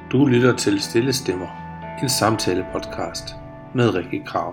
Du lytter til Stille Stemmer, en samtale-podcast med Rikke Krag.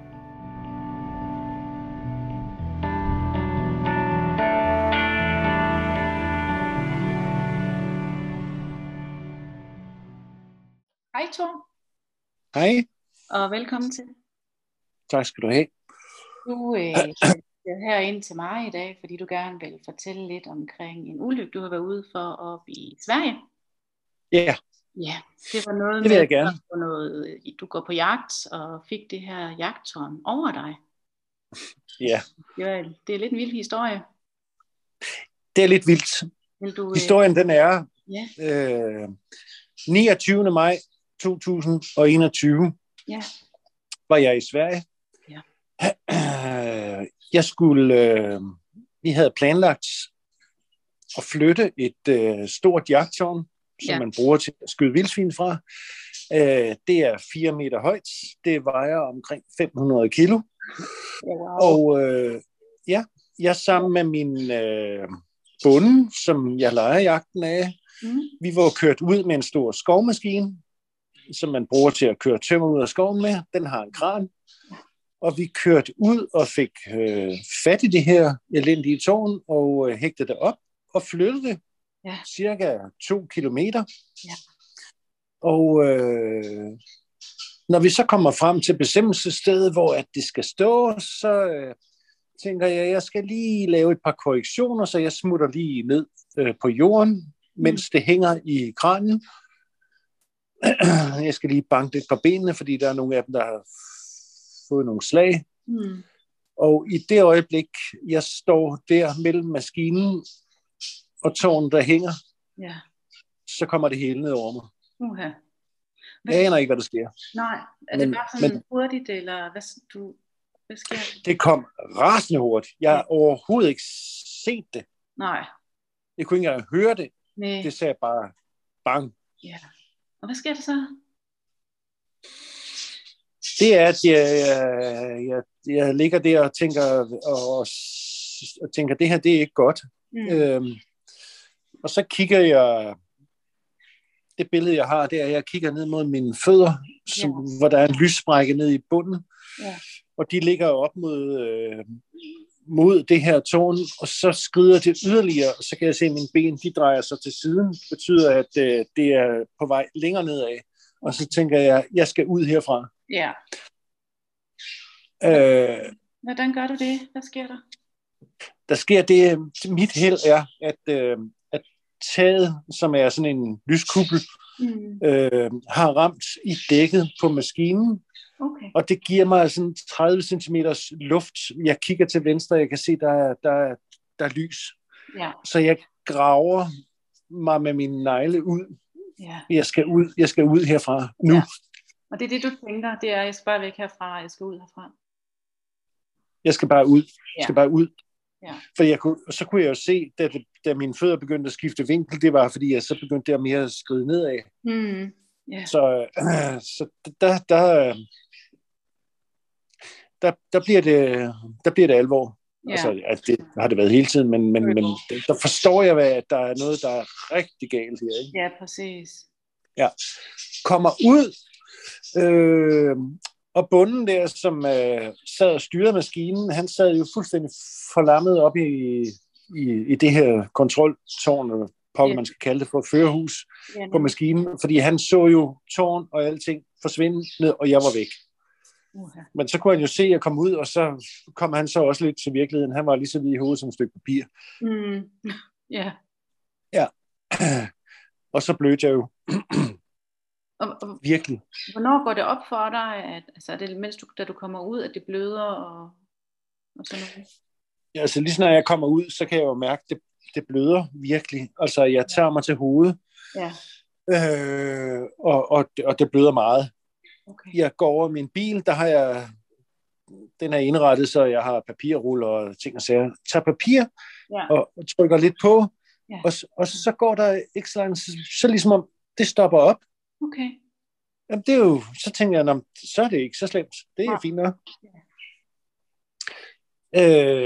Hej Thor, Hej, og velkommen til. tak skal du have. Du er herind til mig i dag, fordi du gerne vil fortælle lidt omkring en ulykke, du har været ude for op i Sverige. Ja, Ja, det var noget det vil jeg gerne. Du går på jagt og fik det her jagttårn over dig. Ja, Det er lidt en vild historie. det er lidt vildt. Vil du, Historien den er Ja, 29. maj 2021 ja, var jeg i Sverige. Ja. Vi havde planlagt at flytte et stort jagttårn, som man bruger til at skyde vildsvin fra. Det er 4 meter højt. Det vejer omkring 500 kilo. wow. Og jeg sammen med min bonde, som jeg leger jagten af, vi var kørt ud med en stor skovmaskine, som man bruger til at køre tømmer ud af skoven med. Den har en kran. Og vi kørte ud og fik fat i det her elendige tårn og hægtede det op og flyttede det cirka 2 kilometer. Ja. Og når vi så kommer frem til bestemmelsesstedet, hvor at det skal stå, så tænker jeg, at jeg skal lige lave et par korrektioner, så jeg smutter lige ned på jorden, mens det hænger i kranen. Jeg skal lige banke lidt på benene, fordi der er nogle af dem, der har fået nogle slag. Og i det øjeblik, jeg står der mellem maskinen og tårnet, der hænger, så kommer det hele ned over mig. Jeg aner ikke, hvad der sker. Nej, er det bare sådan hurtigt, eller hvad sker der? Det kom rasende hurtigt. Jeg har overhovedet ikke set det. Nej. Jeg kunne ikke engang høre det. Nej. Det sagde bare bang. Ja. Og hvad sker der så? Det er, at jeg ligger der og tænker, det her, det er ikke godt. Og så kigger jeg, det billede, jeg har, det er, at jeg kigger ned mod mine fødder, hvor der er en lyssprække ned i bunden. Ja. Og de ligger op mod det her tårn, og så skrider det yderligere, og så kan jeg se, at mine ben, de drejer sig til siden. Det betyder, at det er på vej længere nedad. Og så tænker jeg skal ud herfra. Ja. Hvordan gør du det? Hvad sker der? Der sker det, mit held er, at taget, som er sådan en lyskuppel, har ramt i dækket på maskinen. Okay. Og det giver mig sådan 30 cm luft. Jeg kigger til venstre, og jeg kan se, der er lys. Ja. Så jeg graver mig med mine negle ud. Ja. Jeg skal ud herfra nu. Ja. Og det er det, du tænker, det er, jeg skal bare væk herfra, jeg skal ud herfra. Jeg skal bare ud. Jeg skal bare ud. Ja. For så kunne jeg jo se, da mine fødder begyndte at skifte vinkel, det var, fordi jeg så begyndte der mere at skride nedad. Yeah. Så der bliver det alvor. Yeah. Altså, at det har det været hele tiden, men der forstår jeg, at der er noget, der er rigtig galt her. Ikke? Ja, præcis. Ja. Kommer ud, og bunden der, som sad og styrede maskinen, han sad jo fuldstændig forlammet op i det her kontroltårn, eller man skal kalde det for førerhus på maskinen, fordi han så jo tårn og alting forsvinde ned, og jeg var væk. Men så kunne han jo se, at jeg kom ud, og så kom han så også lidt til virkeligheden. Han var lige så hvid i hovedet som et stykke papir. Ja. Og så blødte jeg jo. Og virkelig. Hvornår går det op for dig, at er det mens da du kommer ud, at det bløder og sådan noget? Ja, altså lige når jeg kommer ud, så kan jeg jo mærke, at det bløder virkelig. Altså jeg tager mig til hovedet, og det bløder meget. Okay. Jeg går over min bil, den er indrettet, så jeg har papirruller og ting og sager. Tager papir og trykker lidt på, og så går der ikke så ligesom om det stopper op. Okay. Jamen, det er jo, så tænker jeg, så er det ikke så slemt. Det er fint nok.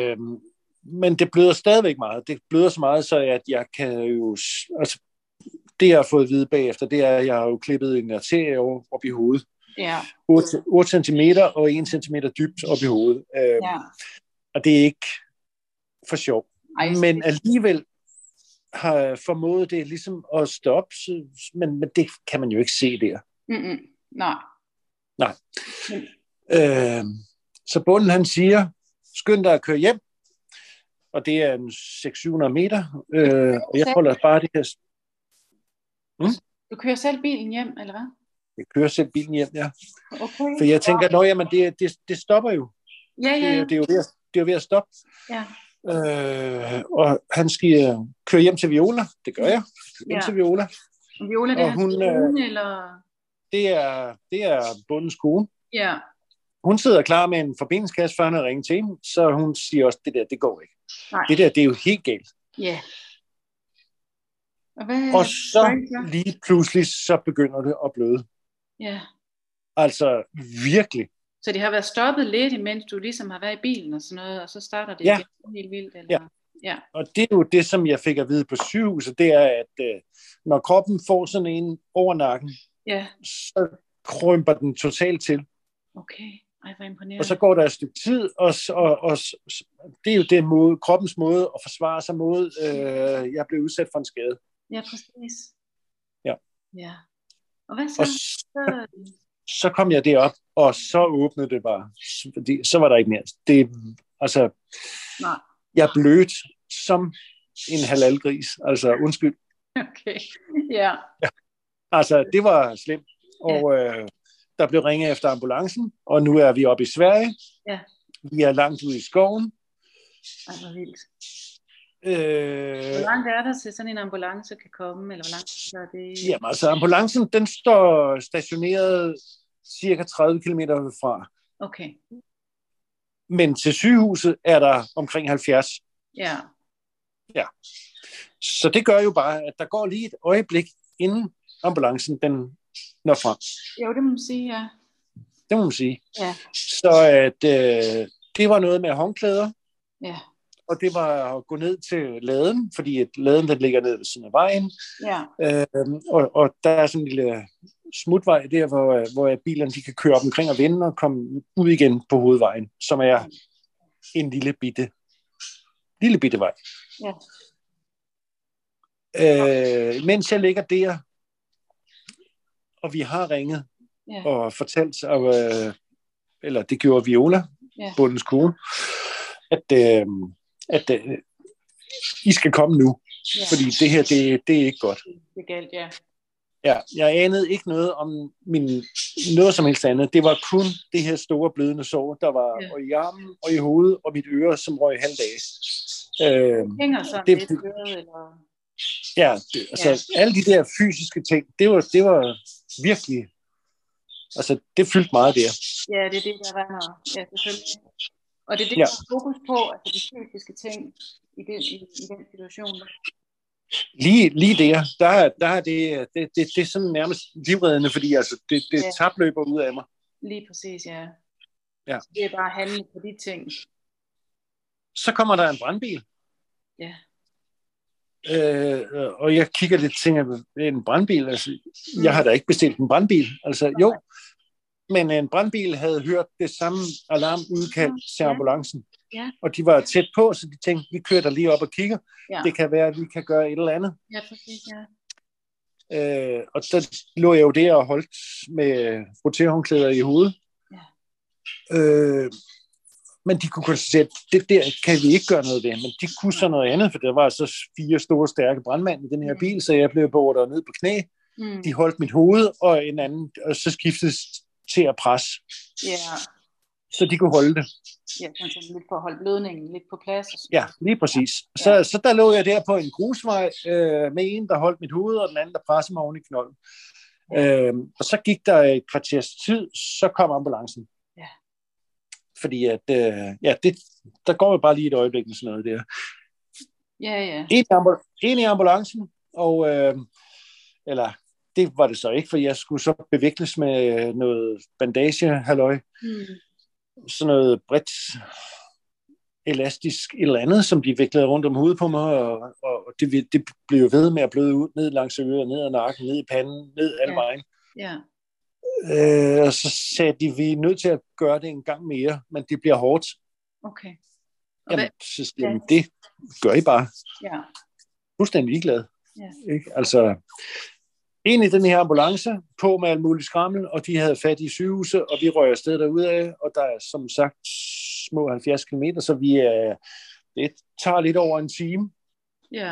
Men det bløder stadigvæk meget. Det bløder så meget, så at jeg kan jo, altså, det jeg har fået at vide bagefter, det er, at jeg har jo klippet en arterie op i hovedet. Ja. 8 cm og 1 cm dybt op i hovedet. Og det er ikke for sjov. Men alligevel har formået det ligesom at stoppe, men det kan man jo ikke se der. Nej. Så bunden han siger, skynd dig at køre hjem, og det er en 600-700 meter, og jeg holder bare det her. Du kører selv bilen hjem, eller hvad? Jeg kører selv bilen hjem, ja. Okay. For jeg tænker, jamen det stopper jo. Ja. Det er jo ved at stoppe. Ja. Og han skal køre hjem til Viola. Det gør jeg. Hjem til Viola. Viola, det er hans kone, eller? Det er bundens kone. Ja. Hun sidder klar med en forbindelseskasse, før han har ringet til hende, så hun siger også, det går ikke. Nej. Det der, det er jo helt galt. Ja. Og så lige pludselig, så begynder det at bløde. Ja. Altså virkelig. Så det har været stoppet lidt, imens du ligesom har været i bilen og sådan noget, og så starter det igen helt vildt? Eller? Ja. Og det er jo det, som jeg fik at vide på sygehuset, det er, at når kroppen får sådan en over nakken, så krymper den totalt til. Okay. Ej, hvor imponerende. Og så går der et stykke tid, og det er jo den måde, kroppens måde at forsvare sig mod, jeg blev udsat for en skade. Ja, præcis. Ja. Og hvad så? Så kom jeg derop, og så åbnede det bare. Fordi, så var der ikke mere. Det, altså, jeg blødte som en halalgris. Altså, undskyld. Okay, ja. Altså, det var slemt. Og der blev ringet efter ambulancen, og nu er vi oppe i Sverige. Ja. Vi er langt ude i skoven. Ej, hvor vildt. Hvor langt er der til sådan en ambulance kan komme, eller hvor langt er det? Jamen altså, ambulancen, den står stationeret cirka 30 km fra. Okay. Men til sygehuset er der omkring 70. Ja. Så det gør jo bare, at der går lige et øjeblik, inden ambulancen den når frem. Jo, det må man sige, ja. Det må man sige. Ja. Så at, det var noget med håndklæder. Ja. Og det var at gå ned til laden, fordi at laden den ligger ned ved siden af vejen. Ja. Og der er sådan en lille smutvej der, hvor bilerne de kan køre op omkring og vende og komme ud igen på hovedvejen, som er en lille bitte vej. Ja. Mens jeg ligger der, og vi har ringet og fortalt, eller det gjorde Viola, bundens kone, at I skal komme nu, fordi det her, det er ikke godt. Det er galt, ja. Ja, jeg anede ikke noget om noget som helst andet. Det var kun det her store blødende sår, der var og i armen og i hovedet og mit øre, som røg halvdag. Hænger sådan lidt øret, eller? Ja, alle de der fysiske ting, det var virkelig, altså det fyldte meget der. Ja, det er det, der var her. Ja, selvfølgelig. Og det er det, der er fokus på, altså de fysiske ting i den situation. Lige der er det er sådan nærmest livreddende, fordi altså, det tabløber ud af mig. Lige præcis, ja. Det er bare at handle på de ting. Så kommer der en brandbil. Ja. Og jeg kigger lidt og tænker, en brandbil, altså, jeg har da ikke bestilt en brandbil. Altså jo, men en brandbil havde hørt det samme alarmudkald til ambulancen. Ja. Og de var tæt på, så de tænkte, vi kører der lige op og kigger. Ja. Det kan være, at vi kan gøre et eller andet. Ja, præcis, ja. Og så lå jeg jo der og holdt med frottéhåndklæder i hovedet. Ja. Men de kunne konstatere, at det der kan vi ikke gøre noget ved. Men de kunne så noget andet, for der var så 4 store, stærke brandmænd i den her bil, så jeg blev beordret ned på knæ. De holdt mit hoved, og en anden, og så skiftedes til at presse. Ja. Så de kunne holde det. Ja, sådan lidt for at holde blødningen lidt på plads. Og ja, lige præcis. Så der lå jeg der på en grusvej med en, der holdt mit hoved, og den anden, der pressede mig oven i knolden. Og så gik der et kvarters tid, så kom ambulancen. Ja. Fordi at, der går jo bare lige et øjeblik med sådan noget der. Ja. En i ambulancen, og eller det var det så ikke, for jeg skulle så bevikles med noget bandage, halløj. Sådan noget bredt. elastisk et eller andet, som de viklede rundt om hovedet på mig, og det blev jo ved med at bløde ud, ned langs øret, ned ad nakken, ned i panden, ned alle vejen. Ja. Og så sagde de, vi er nødt til at gøre det en gang mere, men det bliver hårdt. Okay. Jamen, så jamen, det gør I bare. Ja. Fuldstændig ligeglad. Ja. Ikke? Altså, ind i den her ambulance, på med alt muligt skrammel, og de havde fat i sygehuset, og vi røg afsted derudad, og der er som sagt små 70 kilometer, så det tager lidt over en time. Ja.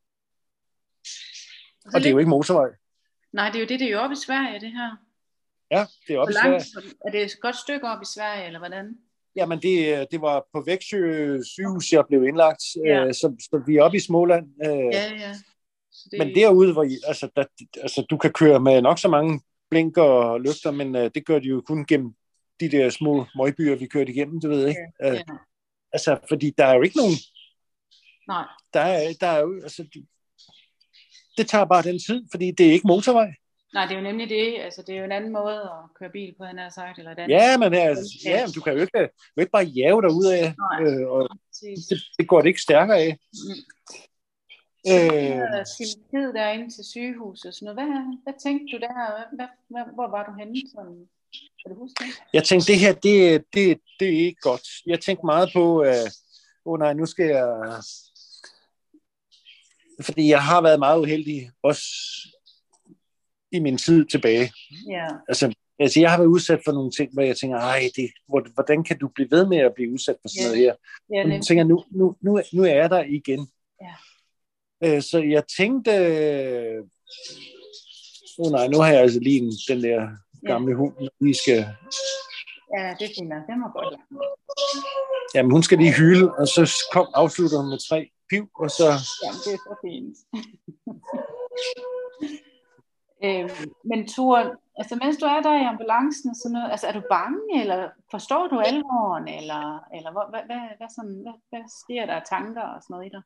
Og det er jo ikke motorvej. Nej, det er jo det er jo oppe i Sverige, det her. Ja, det er oppe i Sverige. Er det et godt stykke op i Sverige, eller hvordan? Jamen, det var på Växjö sygehus, jeg blev indlagt, så vi er oppe i Småland. Ja. Men derude, hvor du kan køre med nok så mange blinker og lygter, men det gør de jo kun gennem de der små møgbyer, vi kørte igennem, du ved ikke. Ja. Altså, fordi der er jo ikke nogen... Nej. Der er jo... Altså, det tager bare den tid, fordi det er ikke motorvej. Nej, det er jo nemlig det. Altså, det er jo en anden måde at køre bil på, han har sagt, eller et andet. Ja, men du kan jo ikke bare jage dig ud af, og det går det ikke stærkere af. Til tid derinde til sygehuset og sådan noget. Hvad tænkte du der? Hvor var du henne? Sådan, kan du huske det? Jeg tænkte, det her, det er ikke godt. Jeg tænkte meget på, nej, nu skal jeg... Fordi jeg har været meget uheldig, også i min tid tilbage. Ja. Altså, jeg har været udsat for nogle ting, hvor jeg tænker, hvordan kan du blive ved med at blive udsat for sådan noget her? Ja, jeg tænker, nu er jeg der igen. Ja. Så jeg tænkte, nej, nu har jeg altså lige den der gamle hund, vi skal... Ja, det finder den var godt. Jamen, hun skal lige hyle, og så afslutter hun med 3 piv, og så... Jamen, det er så fint. Men Turen, altså mens du er der i ambulancen, sådan noget, altså er du bange, eller forstår du alvoren, eller hvad sker der af tanker og sådan noget i dig?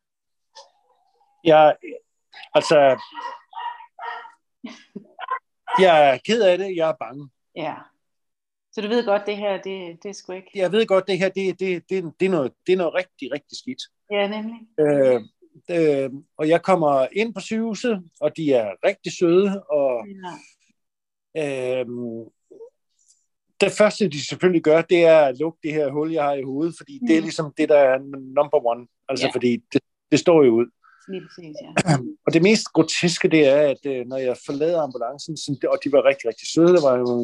Jeg er ked af det, jeg er bange. Ja. Så du ved godt, det her, det er sgu ikke... Jeg ved godt, det her, det er noget rigtig, rigtig skidt. Ja, nemlig. Og jeg kommer ind på sygehuset, og de er rigtig søde, og det første, de selvfølgelig gør, det er at lukke det her hul, jeg har i hovedet, fordi det er ligesom det, der er number one, altså fordi det står jo ud. Lige præcis, ja. Og det mest groteske, det er, at når jeg forlader ambulancen, og de var rigtig, rigtig søde, der var jo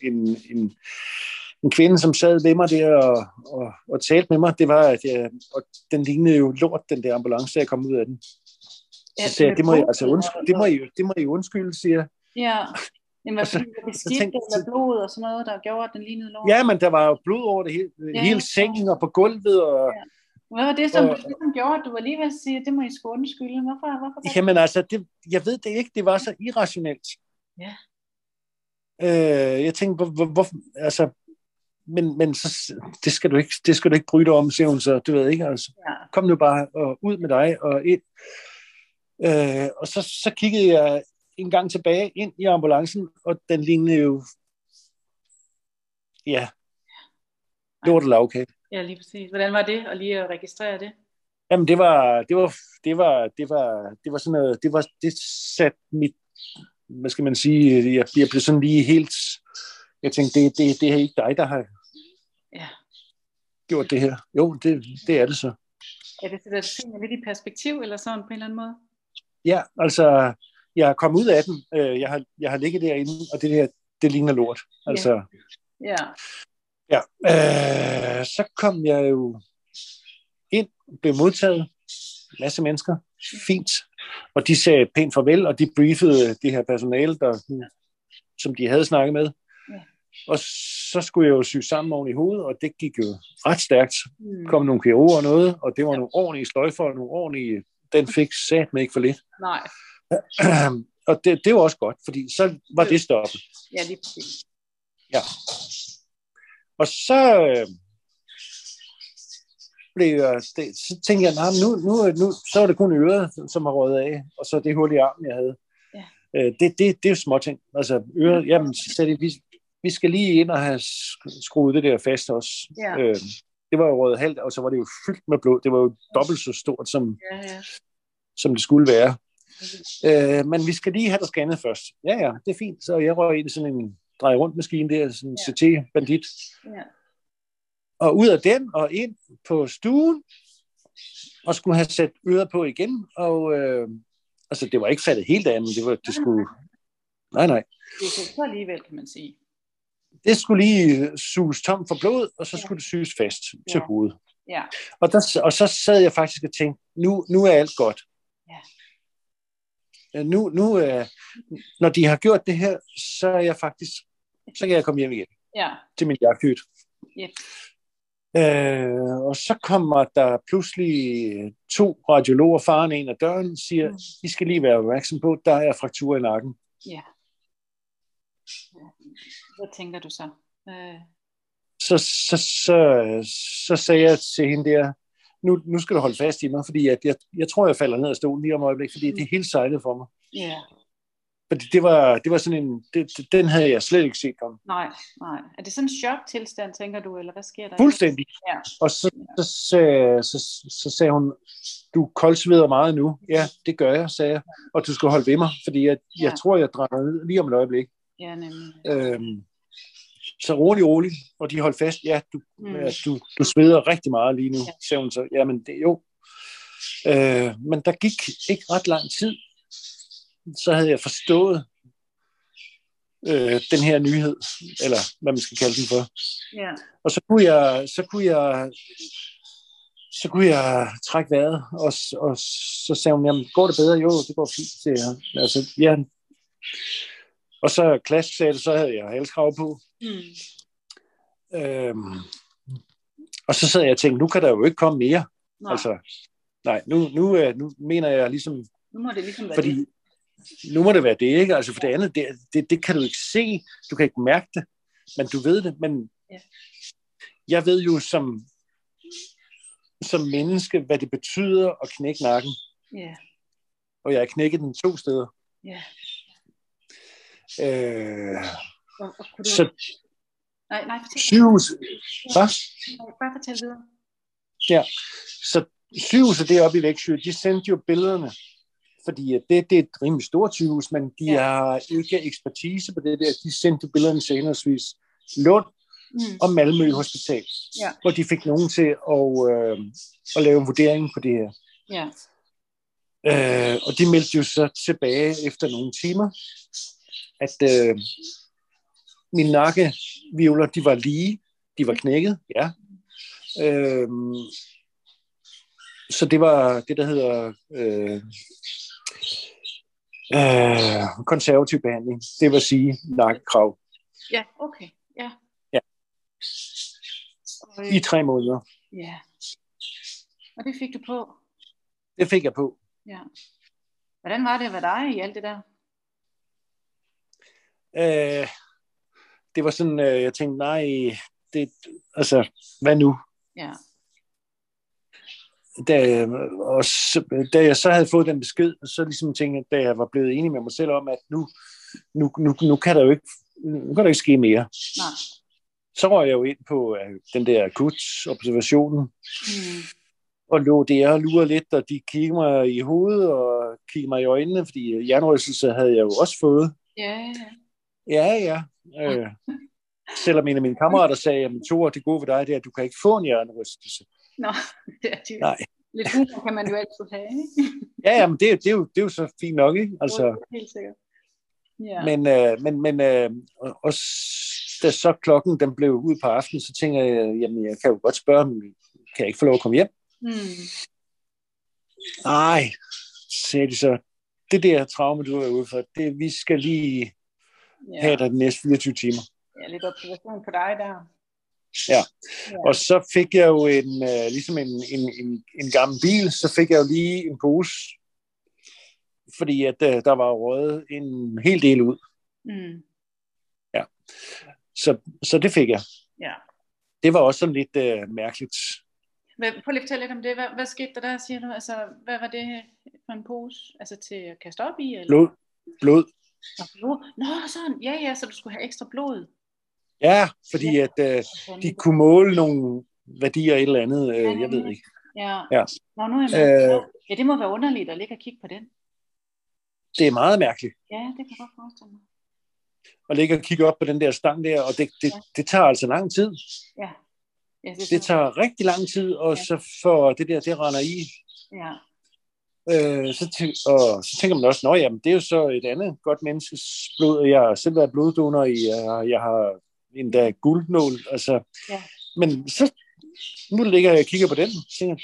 en kvinde, som sad ved mig der og talte med mig, det var, at og den lignede jo lort, den der ambulance, jeg kom ud af den. Så sagde jeg, det må I undskylde, siger jeg. Ja, men var det beskidt eller blod og sådan noget, der gjorde, at den lignede lort? Ja, men der var jo blod over det hele sengen og på gulvet. Og, hvad var det, som gjorde, at du var lige ved at sige, det må I sgu undskylde? Hvorfor? Jamen altså, jeg ved det ikke, det var så irrationelt. Ja. Jeg tænkte, hvorfor, altså, men så, det skal du ikke bryde dig om, siger hun så, du ved ikke, altså. Ja. Kom nu bare ud med dig og ind. Og så kiggede jeg en gang tilbage ind i ambulancen, og den lignede jo, lort eller okay. Ja, lige præcis. Hvordan var det at lige registrere det? Jamen, det var sådan noget, det satte mit, hvad skal man sige, jeg blev sådan lige helt, jeg tænkte, det er ikke dig, der har gjort det her. Jo, det er det så. Er det så tingene lidt i perspektiv, eller sådan på en eller anden måde? Ja, altså, jeg har kommet ud af den, jeg har ligget derinde, og det der, det ligner lort. Altså, ja, så kom jeg jo ind, blev modtaget, en masse mennesker, fint, og de sagde pænt farvel, og de briefede det her personale, som de havde snakket med, og så skulle jeg jo sy sammen oven i hovedet, og det gik jo ret stærkt. Der kom nogle kirurger og noget, og det var nogle ordentlige sløjfer, og nogle ordentlige, den fik satme ikke for lidt. Nej. Og det var også godt, fordi så var det stoppet. Ja, lige præcis. Ja. Og så så tænkte jeg, nu så var det kun øret, som har røget af, og så det hul i armen, jeg havde. Ja. Det er jo småting. Altså øret, jamen, så sagde vi skal lige ind og have skruet det der fast også. Ja. det var jo røget halvt, og så var det jo fyldt med blod. Det var jo dobbelt så stort, som det skulle være. Men vi skal lige have det scannet først. Ja, det er fint. Så jeg røg ind i sådan en drej rundt maskine der, sådan en CT-bandit. Ja. Og ud af den, og ind på stuen, og skulle have sat øret på igen, og altså, det var ikke fattet helt andet, det skulle... Nej. Det er så alligevel, kan man sige. Det skulle lige suges tom for blod, og så skulle det syes fast til hovedet. Ja. Og så sad jeg faktisk og tænkte, nu er alt godt. Ja. Nu, når de har gjort det her, så kan jeg komme hjem igen til min jagthytte. Yep. Og så kommer der pludselig 2 radiologer, faren en af døren, siger, I skal lige være opmærksom på, der er fraktur i nakken. Ja. Hvad tænker du så? Så sagde jeg til hende der, nu skal du holde fast i mig, fordi jeg tror, jeg falder ned af stolen lige om øjeblik, fordi det er helt sejlet for mig. Ja. Fordi det var sådan en, den havde jeg slet ikke set komme. Nej. Er det sådan en choktilstand, tænker du, eller hvad sker der? Fuldstændig. Ja. Og så sagde hun, du koldsveder meget nu. Ja, det gør jeg, sagde jeg. Og du skal holde ved mig, fordi jeg tror, jeg drejer ned lige om et øjeblik. Ja, nemlig. Så rolig, og de holdt fast. Ja, du sveder rigtig meget lige nu, sagde hun så. Jamen, det jo. Men der gik ikke ret lang tid, så havde jeg forstået den her nyhed, eller hvad man skal kalde den for. Ja. Og så kunne jeg trække vejret, og så sagde hun, jamen, går det bedre? Jo, det går fint, sagde jeg. Altså, ja. Og så klask sagde det, så havde jeg halskrav på. Og så sad jeg og tænkte, nu kan der jo ikke komme mere. Nej. Altså, nu mener jeg ligesom... Nu må det ligesom være fordi, det. Nu må det være det, ikke? Altså for det andet, det kan du ikke se, du kan ikke mærke det, men du ved det. Men jeg ved jo som menneske, hvad det betyder at knække nakken. Ja. Og jeg har knækket den 2 steder. Ja. Så nej, fortæl. Sygehus. Hvad? Bare fortæl videre. Ja, så sygehuset deroppe i Växjö, de sendte jo billederne, fordi det er et rimelig stort sygehus, men de har ikke ekspertise på det der. De sendte billederne til henholdsvis Lund og Malmø Hospital, hvor de fik nogen til at lave en vurdering på det her. Ja. Og de meldte jo så tilbage efter nogle timer, at mine nakkevivler, de var lige, de var knækket, ja. Så det var det, der hedder konservativ behandling. Det vil sige nakkekrav. Ja, okay. Ja. I 3 måneder. Ja. Og det fik du på? Det fik jeg på. Ja. Hvordan var det at være dig i alt det der? Det var sådan, jeg tænkte, nej, altså, hvad nu? Ja. Da jeg så havde fået den besked, så ligesom tænkte jeg, da jeg var blevet enig med mig selv om, at nu kan der jo ikke, nu kan der ikke ske mere. Nej. Så røg jeg jo ind på den der akut-observationen, og lå der og lurede lidt, og de kiggede mig i hovedet, og kiggede mig i øjnene, fordi hjernerystelse havde jeg jo også fået. Ja. Selvom en af mine kammerater sagde, at Thor, det gode ved dig, det er, at du kan ikke få en hjernerystelse. Nå, det er tydeligt. Nej. Lidt humor kan man jo altid have, ikke? Ja, men det er jo så fint nok, ikke? Altså, helt sikkert. Ja. Men og da så klokken den blev ud på aftenen, så tænker jeg, jamen jeg kan jo godt spørge, men kan jeg ikke få lov at komme hjem? Nej, sagde de så. Det der traume, du er ude for, vi skal lige have dig de næste 24 timer. Ja, lidt observation på dig der. Ja, og så fik jeg jo ligesom en gammel bil, så fik jeg jo lige en pose, fordi at der var røget en hel del ud. Ja, så det fik jeg. Ja. Det var også sådan lidt mærkeligt. Prøv lige at fortælle lidt om det. Hvad skete der der, siger du? Altså, hvad var det for en pose? Altså til at kaste op i? Eller? Blod. Blod? Nå, sådan. Ja, så du skulle have ekstra blod. Ja, fordi at de kunne måle nogle værdier et eller andet, jeg ved ikke. Ja. Ja. Nå, nu er jeg med. Ja, det må være underligt at ligge og kigge på den. Det er meget mærkeligt. Ja, det kan jeg godt forestille mig. At ligge og kigge op på den der stang der, og det tager altså lang tid. Ja. Det tager rigtig lang tid, og så for det der, det render i. Ja. Så tænker man også, jamen det er jo så et andet godt menneskes blod. Jeg har selv været bloddonor i, jeg har endda guldnål. Altså. Ja. Men så, nu ligger jeg og kigger på den, og tænker,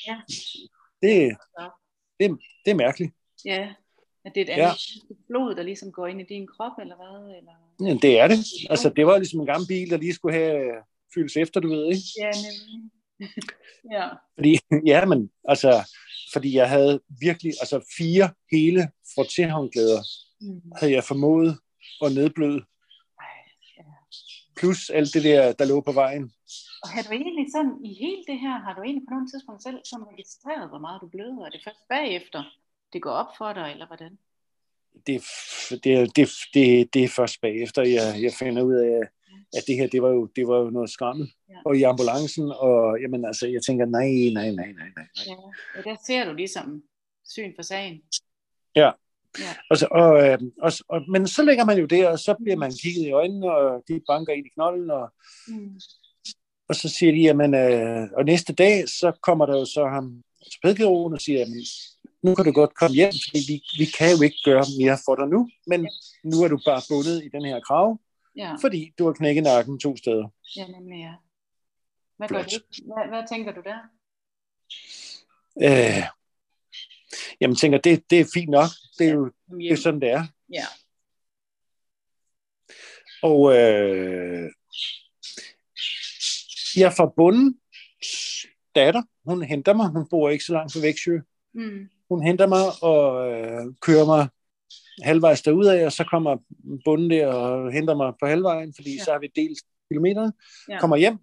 det er mærkeligt. Ja, at det er et andet blod, der ligesom går ind i din krop, eller hvad? Eller? Ja, det er det. Altså, det var ligesom en gammel bil, der lige skulle have fyldes efter, du ved, ikke? Ja, nemlig. Ja. Fordi jeg havde virkelig, 4 hele frottéhåndklæder, havde jeg formået at nedbløde. Plus alt det der lå på vejen. Og har du egentlig sådan, i hele det her, har du egentlig på nogle tidspunkt selv sådan registreret, hvor meget du bløder? Er det først bagefter, det går op for dig, eller hvordan? Det er først bagefter, jeg finder ud af, at det her, det var jo noget skrammel. Ja. Og i ambulancen, og jamen altså, jeg tænker, nej. Ja, der ser du ligesom syn for sagen. Ja. Men så ligger man jo der, og så bliver man kigget i øjnene, og de banker ind i knolden, og så siger de, jamen, og næste dag, så kommer der jo så ham ortopædkirurgen og siger, jamen, nu kan du godt komme hjem, fordi vi kan jo ikke gøre mere for dig nu, men nu er du bare bundet i den her krave, fordi du har knækket nakken 2 steder. Ja, nemlig, ja. Hvad tænker du der? Jamen, tænker, det er fint nok. Det er jo det er sådan, det er. Ja. Og jeg får bundens datter. Hun henter mig. Hun bor ikke så langt fra Växjö. Hun henter mig og kører mig halvvejs derudad, og så kommer bunden der og henter mig på halvvejen, fordi så har vi delt kilometer. Kommer hjem.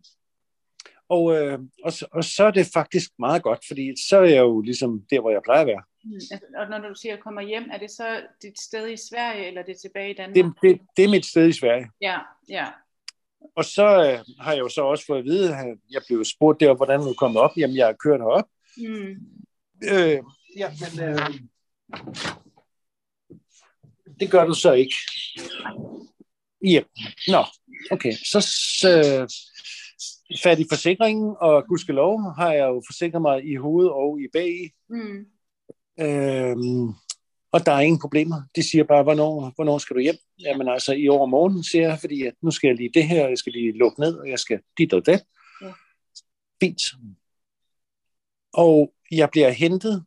Og så er det faktisk meget godt, fordi så er jeg jo ligesom der, hvor jeg plejer at være. Og når du siger, at kommer hjem, er det så dit sted i Sverige, eller er det tilbage i Danmark? Det er mit sted i Sverige. Ja. Og så har jeg jo så også fået at vide, at jeg blev spurgt der, hvordan du kom op. Jamen, jeg har kørt herop. Det gør du så ikke. Ja, okay. Så fat i forsikringen, og gudskelov har jeg jo forsikret mig i hovedet og i bag. Og der er ingen problemer. De siger bare, hvornår skal du hjem? Jamen altså i overmorgen, siger jeg, fordi at nu skal jeg lige det her, jeg skal lige lukke ned, og jeg skal dit og det. Ja. Fint. Og jeg bliver hentet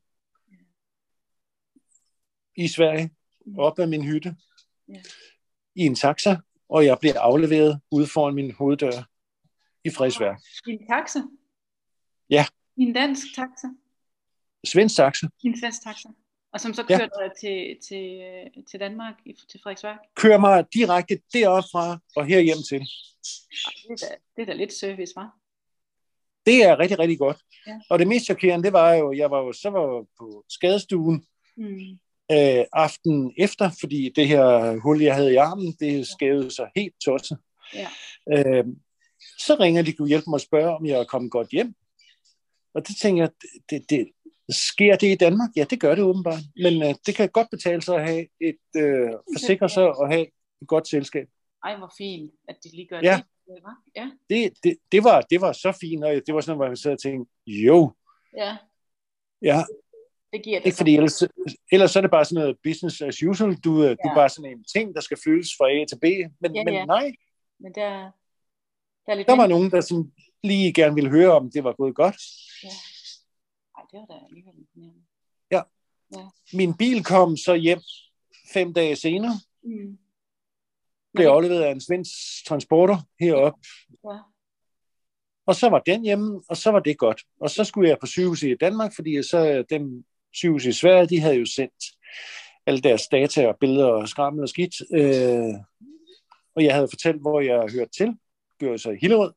i Sverige, op ad min hytte, i en taxa, og jeg bliver afleveret ude foran min hoveddør i Frederiksværk. I en taxa? Ja. I en dansk taxa? Svensk taxa. I en svensk taxa. Og som så kører dig til Danmark, til Frederiksværk? Kører mig direkte deroppe fra og her hjem til. Det er da lidt service, hva'? Det er rigtig, rigtig godt. Ja. Og det mest chokerende, det var jo, jeg var på skadestuen aften efter, fordi det her hul, jeg havde i armen, det skævede sig helt tosset. Ja. Så ringer de, kunne hjælpe mig at spørge, om jeg er kommet godt hjem. Og det tænker jeg, sker det i Danmark? Ja, det gør det åbenbart. Men det kan godt betale sig at have et forsikre sig og have et godt selskab. Ej, hvor fint, at de lige gør det. Ja. Det var så fint, og det var sådan, hvor jeg sad og tænkte, jo. Ja. Det giver det. Ikke fordi ellers så er det bare sådan noget business as usual. Du er bare sådan en ting, der skal føles fra A til B. Men nej. Men der var nogen, der sådan lige gerne ville høre, om det var gået godt. Ja. Ej, det var da alligevel imponerende. Ja. Min bil kom så hjem 5 dage senere. Blev afleveret af en svensk transporter heroppe. Ja. Og så var den hjemme, og så var det godt. Og så skulle jeg på sygehuset i Danmark, fordi så dem sygehus i Sverige, de havde jo sendt alle deres data og billeder og skrammel og skidt. Og jeg havde fortalt, hvor jeg hørte til. Gjorde så i Hillerød.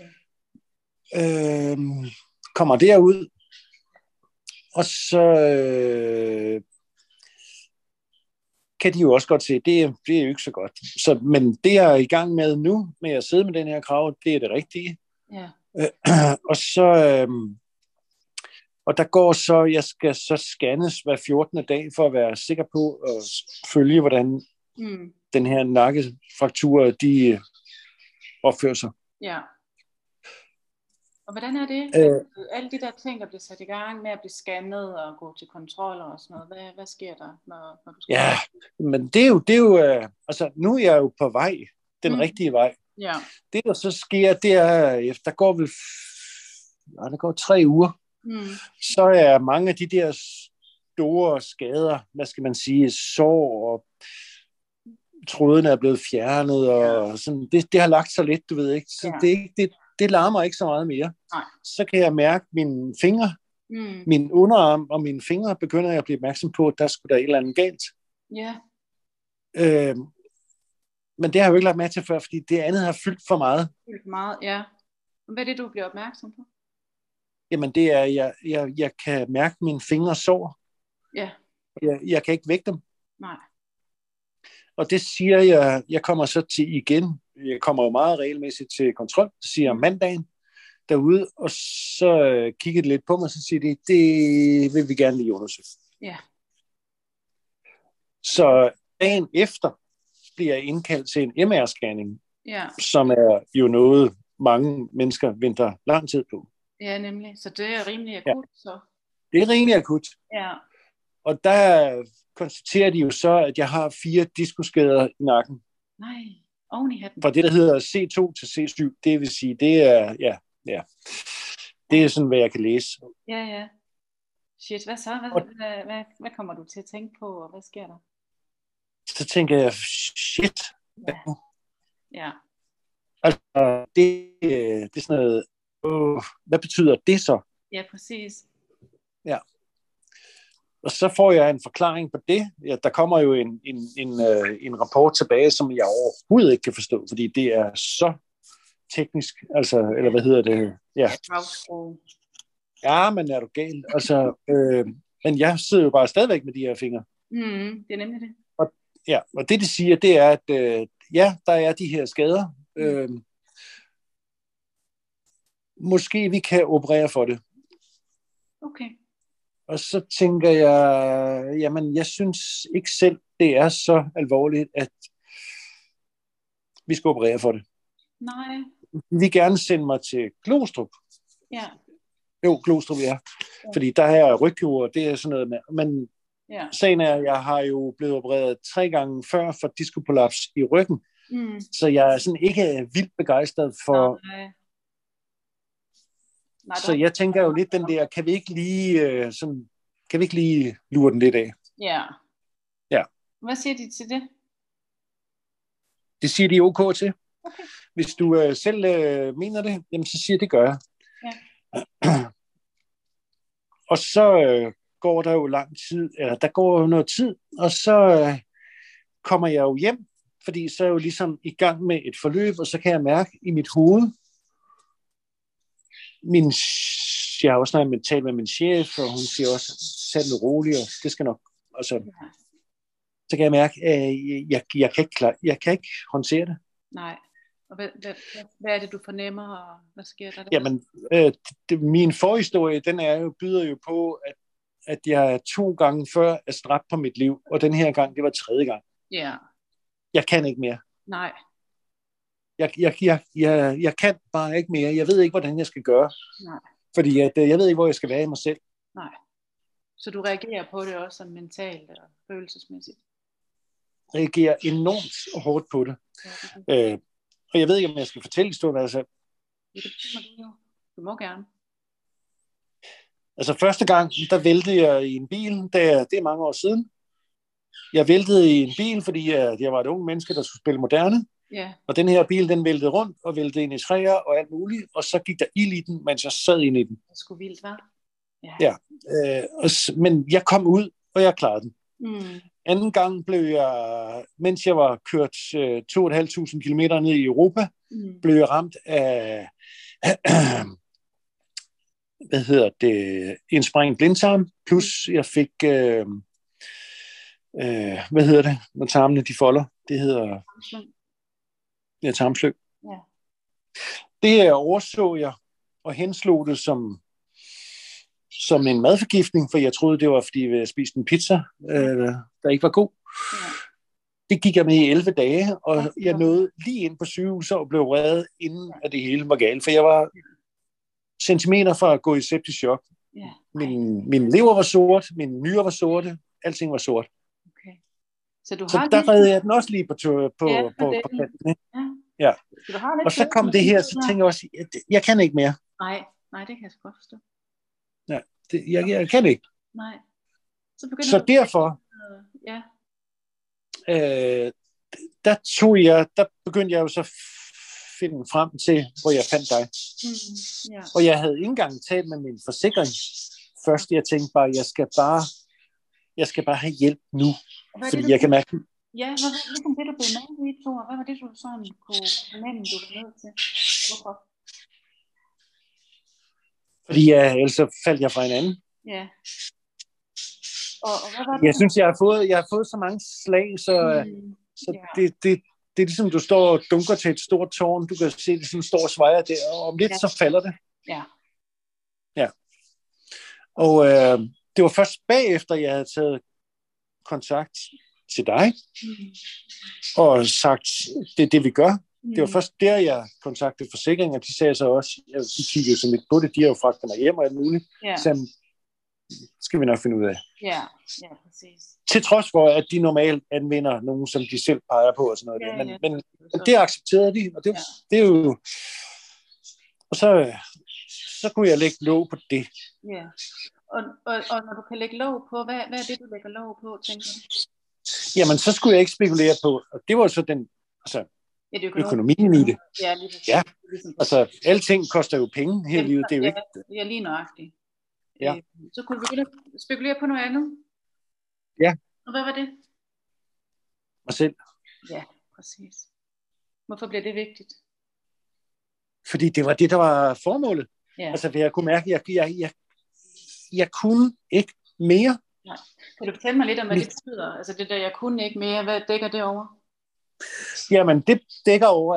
Kommer derud, og så kan de jo også godt se, det er jo ikke så godt. Men det jeg er i gang med nu, med at sidde med den her krav, det er det rigtige. Ja. Og så... Og der går så, jeg skal så scannes hver 14. dag for at være sikker på at følge, hvordan den her nakkefraktur, de opfører sig. Ja. Og hvordan er det? Alle de der ting, der bliver sat i gang med at blive scannet og gå til kontroller og sådan noget, hvad sker der, når du skal? Ja, men det er jo altså nu er jeg jo på vej, den rigtige vej. Ja. Det der så sker, det er, der går 3 uger, så er mange af de der store skader, hvad skal man sige, sår og trådene er blevet fjernet, og sådan, det har lagt sig lidt, du ved ikke. Så det larmer ikke så meget mere. Nej. Så kan jeg mærke mine fingre, min underarm og mine fingre, begynder jeg at blive opmærksom på, at der skulle der et eller andet galt. Ja. Men det har jeg jo ikke lagt mærke til før, fordi det andet har fyldt for meget. Fyldt meget, ja. Hvad er det, du bliver opmærksom på? Jamen det er, jeg kan mærke mine fingre sår. Ja. Jeg kan ikke vække dem. Nej. Og det siger jeg kommer så til igen. Jeg kommer jo meget regelmæssigt til kontrol, det siger jeg mandagen derude, og så kigger de lidt på mig, så siger de, det vil vi gerne lige undersøge. Ja. Så dagen efter bliver jeg indkaldt til en MR-scanning, som er jo noget, mange mennesker venter lang tid på. Ja, nemlig. Så det er rimelig akut, så? Det er rimelig akut. Ja. Og der konstaterer de jo så, at jeg har 4 diskusskader i nakken. Nej, oven i hatten. Fra det, der hedder C2 til C7, det vil sige, det er, det er sådan, hvad jeg kan læse. Ja. Shit, hvad så? Hvad kommer du til at tænke på, og hvad sker der? Så tænker jeg, shit. Ja. Altså, det er sådan noget, hvad betyder det så? Ja, præcis. Ja. Og så får jeg en forklaring på det. Ja, der kommer jo en rapport tilbage, som jeg overhovedet ikke kan forstå, fordi det er så teknisk, altså, eller hvad hedder det? Ja. Ja, men er du gal? Altså, men jeg sidder jo bare stadigvæk med de her fingre. Det er nemlig det. Og det de siger, det er, at der er de her skader. Måske vi kan operere for det. Okay. Og så tænker jeg, jamen jeg synes ikke selv, det er så alvorligt, at vi skal operere for det. Nej. Vi vil gerne sende mig til Glostrup. Ja. Jo, Glostrup, ja. Fordi der er rygkirurg, det er sådan noget med. Men sagen er, jeg har jo blevet opereret 3 gange før for diskopolaps i ryggen. Så jeg er sådan ikke vildt begejstret for... Nej, så jeg tænker jo lidt den der, kan vi ikke lige lure den lidt af? Ja. Ja. Hvad siger de til det? Det siger de OK til. Okay. Hvis du selv mener det, jamen så siger det gør jeg. Ja. Og så går der jo lang tid, eller der går jo noget tid, og så kommer jeg jo hjem, fordi så er jeg jo ligesom i gang med et forløb, og så kan jeg mærke i mit hoved, jeg har også snakket talt med min chef, og hun siger også, sæt nu roligt, og det skal nok, og så kan jeg mærke, at jeg kan ikke håndtere det. Nej. Og hvad er det, du fornemmer, og hvad sker der? Jamen, min forhistorie, den byder jo på, at jeg 2 gange før er stræbt på mit liv, og den her gang, det var 3. gang. Ja. Jeg kan ikke mere. Nej. Jeg kan bare ikke mere. Jeg ved ikke, hvordan jeg skal gøre. Nej. Fordi jeg ved ikke, hvor jeg skal være i mig selv. Nej. Så du reagerer på det også sådan mentalt og følelsesmæssigt? Reagerer enormt hårdt på det. Ja. Og jeg ved ikke, om jeg skal fortælle historien. Altså, det bestemmer du jo. Du må gerne. Altså første gang, der væltede jeg i en bil. Det er mange år siden. Jeg væltede i en bil, fordi jeg var et ung menneske, der skulle spille moderne. Yeah. Og den her bil, den væltede rundt og væltede ind i træer og alt muligt. Og så gik der ild i den, mens jeg sad inde i den. Det skulle vildt, hva'? Ja. Men jeg kom ud, og jeg klarede den. Anden gang blev jeg, mens jeg var kørt 2.500 kilometer ned i Europa, blev jeg ramt af en sprængt blindtarm, plus jeg fik når tarmene de folder, det hedder tarmslyng. Ja. Det overså jeg og henslog det som en madforgiftning, for jeg troede, det var, fordi jeg havde spist en pizza, der ikke var god. Ja. Det gik jeg med i 11 dage, og jeg nåede lige ind på sygehuset og blev reddet, inden at det hele var galt, for jeg var centimeter fra at gå i septisk chok. Ja. Min lever var sort, mine nyrer var sorte, alting var sort. Okay. Så der reddede jeg den også lige på kanten. Ja. Og så kom det her, så tænkte jeg også, jeg kan ikke mere. Nej, det kan jeg godt forstå. Ja, jeg kan ikke. Nej. Så derfor, der begyndte jeg jo så finde frem til, hvor jeg fandt dig. Og jeg havde ikke engang talt med min forsikring. Først jeg tænkte bare, jeg skal bare have hjælp nu, fordi jeg kan mærke. Ja, hvad var det, du blev med i, Thor? Hvad var det, du sådan kunne fornemme, du blev nødt til? Hvorfor? Fordi ellers faldt jeg fra hinanden. Ja. Og hvad var det? Jeg synes, jeg har fået så mange slag, så det er ligesom, du står og dunker til et stort tårn. Du kan se, det sådan står og svejer der, og om lidt så falder det. Ja. Ja. Og det var først bagefter, jeg havde taget kontakt til dig, og sagt, det er det, vi gør. Det var først der, jeg kontaktede forsikringen, og de sagde så også, de kiggede så lidt på det, de har jo fragtet mig hjem og alt muligt. Så skal vi nok finde ud af. Ja, præcis. Til trods for, at de normalt anvender nogen, som de selv peger på og sådan noget. Men det accepterede de, og det er jo... Og så kunne jeg lægge låg på det. Ja. Og når du kan lægge låg på, hvad er det, du lægger låg på, tænker du? Jamen, så skulle jeg ikke spekulere på, og det var så den økonomien i det. Ja, lige præcis. Ja, altså, alting koster jo penge hele livet, det er jo ikke... Ja, lige nøjagtigt. Ja. Så kunne vi begynde at spekulere på noget andet. Ja. Og hvad var det? Mig selv. Ja, præcis. Hvorfor bliver det vigtigt? Fordi det var det, der var formålet. Ja. Altså, jeg kunne mærke, at jeg kunne ikke mere. Nej. Kan du fortælle mig lidt om, hvad det betyder? Altså det der, jeg kunne ikke mere, hvad dækker det over? Jamen, det dækker over,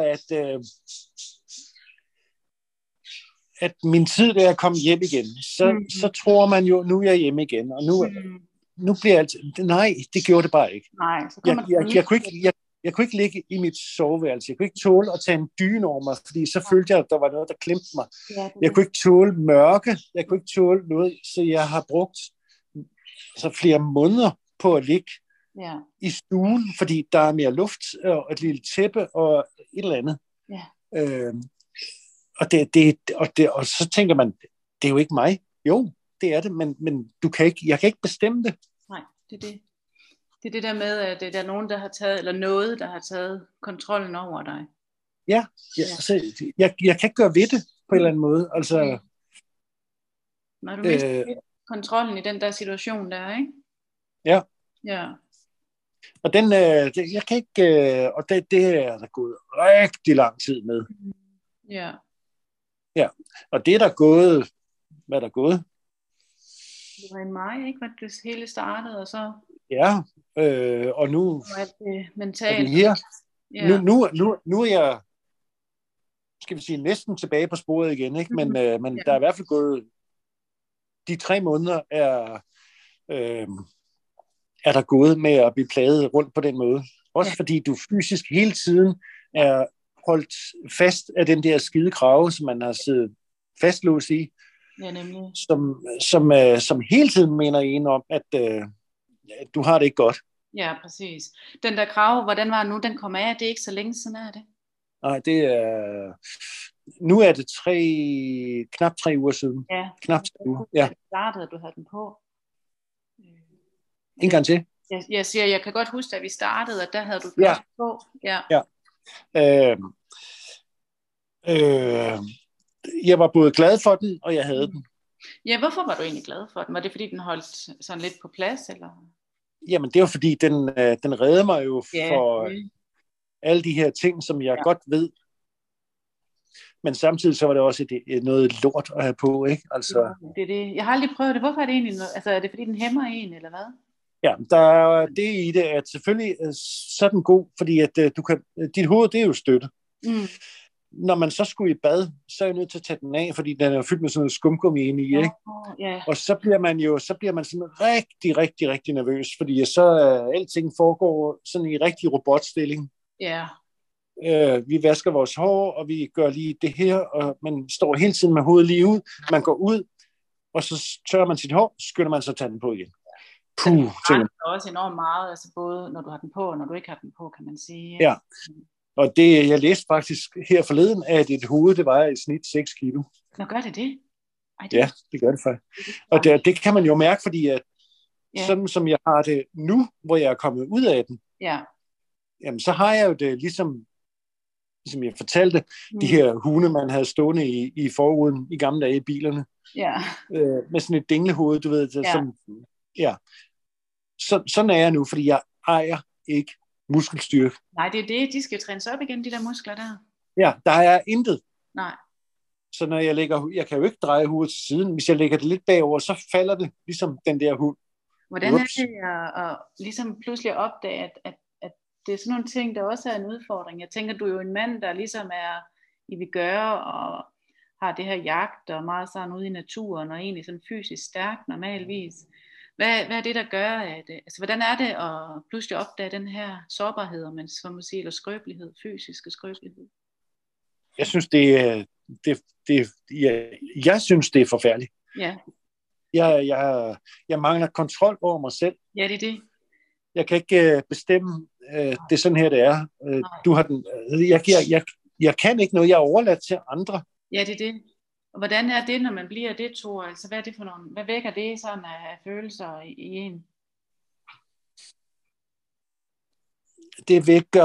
at min tid, da jeg kom hjem igen, så tror man jo, nu er jeg hjemme igen, og nu bliver alt... Nej, det gjorde det bare ikke. Nej, så jeg kunne ikke ligge i mit soveværelse. Jeg kunne ikke tåle at tage en dyne over mig, fordi så følte jeg, at der var noget, der klemte mig. Jeg kunne ikke tåle mørke. Jeg kunne ikke tåle noget, så jeg har brugt flere måneder på at ligge i stuen, fordi der er mere luft og et lille tæppe og et eller andet. Ja. Og så tænker man, det er jo ikke mig. Jo, det er det, men jeg kan ikke bestemme det. Nej, det er det. Det er det der med, at der er nogen, der har taget, eller noget, der har taget kontrollen over dig. Ja. Altså, jeg kan ikke gøre ved det på en eller anden måde. Altså, når du mister kontrollen i den der situation der, ikke? Ja. Ja. Og jeg kan ikke, og det er der gået rigtig lang tid med. Ja. Ja, og det er der gået, hvad er der gået? Det var i maj, ikke? Hvad det hele startede, og så... Ja, og nu... Og alt det mentalt. Her. Ja. Nu er jeg, skal vi sige, næsten tilbage på sporet igen, ikke? Men der er i hvert fald gået... De 3 måneder er der gået med at blive plaget rundt på den måde. Også fordi du fysisk hele tiden er holdt fast af den der skide krave, som man har siddet fastlåst i. Ja, nemlig. Som hele tiden mener en om, at du har det ikke godt. Ja, præcis. Den der krave, hvordan var nu, den kom af? Det er ikke så længe siden, er det? Nej, det er... Nu er det knap 3 uger siden. Ja. Knap 3 uger. Ja. Det startede, at du havde den på. En gang til. Jeg siger, jeg kan godt huske, at vi startede, at der havde du den på. Ja. Jeg var både glad for den, og jeg havde den. Ja, hvorfor var du egentlig glad for den? Var det fordi, den holdt sådan lidt på plads, eller? Jamen, det var fordi, den reddede mig jo for alle de her ting, som jeg godt ved. Men samtidig så var det også noget lort at have på, ikke? Altså... Det er det. Jeg har aldrig prøvet det. Hvorfor er det egentlig noget? Altså, er det fordi, den hæmmer en, eller hvad? Ja, der er det i det, at selvfølgelig så er den god, fordi at dit hoved, det er jo støtte. når man så skulle i bad, så er jeg nødt til at tage den af, fordi den er fyldt med sådan noget skumgummi inde i, ikke? Yeah. Og så bliver man sådan rigtig, rigtig, rigtig nervøs, fordi så alting foregår sådan i rigtig robotstilling. Ja. Vi vasker vores hår, og vi gør lige det her, og man står hele tiden med hovedet lige ud. Man går ud, og så tørrer man sit hår, skynder man så tage den på igen. Puh, det er også enormt meget, altså både når du har den på, og når du ikke har den på, kan man sige. Ja, og det, jeg læste faktisk her forleden, at et hoved, det vejer i snit 6 kilo. Nå, gør det det? Ja, det gør det faktisk. Og det kan man jo mærke, fordi at sådan som jeg har det nu, hvor jeg er kommet ud af den, jamen så har jeg jo det ligesom jeg fortalte, de her hunde, man havde stående i forruden i gamle dage i bilerne. Ja. Med sådan et dinglehoved, du ved. Sådan er jeg nu, fordi jeg ejer ikke muskelstyrke. Nej, det er det. De skal trænes op igen, de der muskler der. Ja, der er intet. Nej. Så når jeg kan jo ikke dreje hovedet til siden. Hvis jeg lægger det lidt bagover, så falder det ligesom den der hund. Hvordan er det at ligesom pludselig opdage, at det er sådan nogle ting, der også er en udfordring? Jeg tænker, du er jo en mand, der ligesom er i vil gøre, og har det her jagt, og meget sådan ude i naturen, og egentlig sådan fysisk stærk normalvis. Hvad er det, der gør, altså hvordan er det at pludselig opdage den her sårbarhed, om man så må sige, eller skrøbelighed, fysiske skrøbelighed? Jeg synes, jeg synes, det er forfærdeligt. Ja. Jeg mangler kontrol over mig selv. Ja, det er det. Jeg kan ikke bestemme, det er sådan her, det er. Du har den. Jeg kan ikke noget, jeg er overladt til andre. Ja, det er det. Og hvordan er det, når man bliver det, Thor? Altså, hvad er det for nogle, hvad vækker det sådan af følelser i en? Det vækker,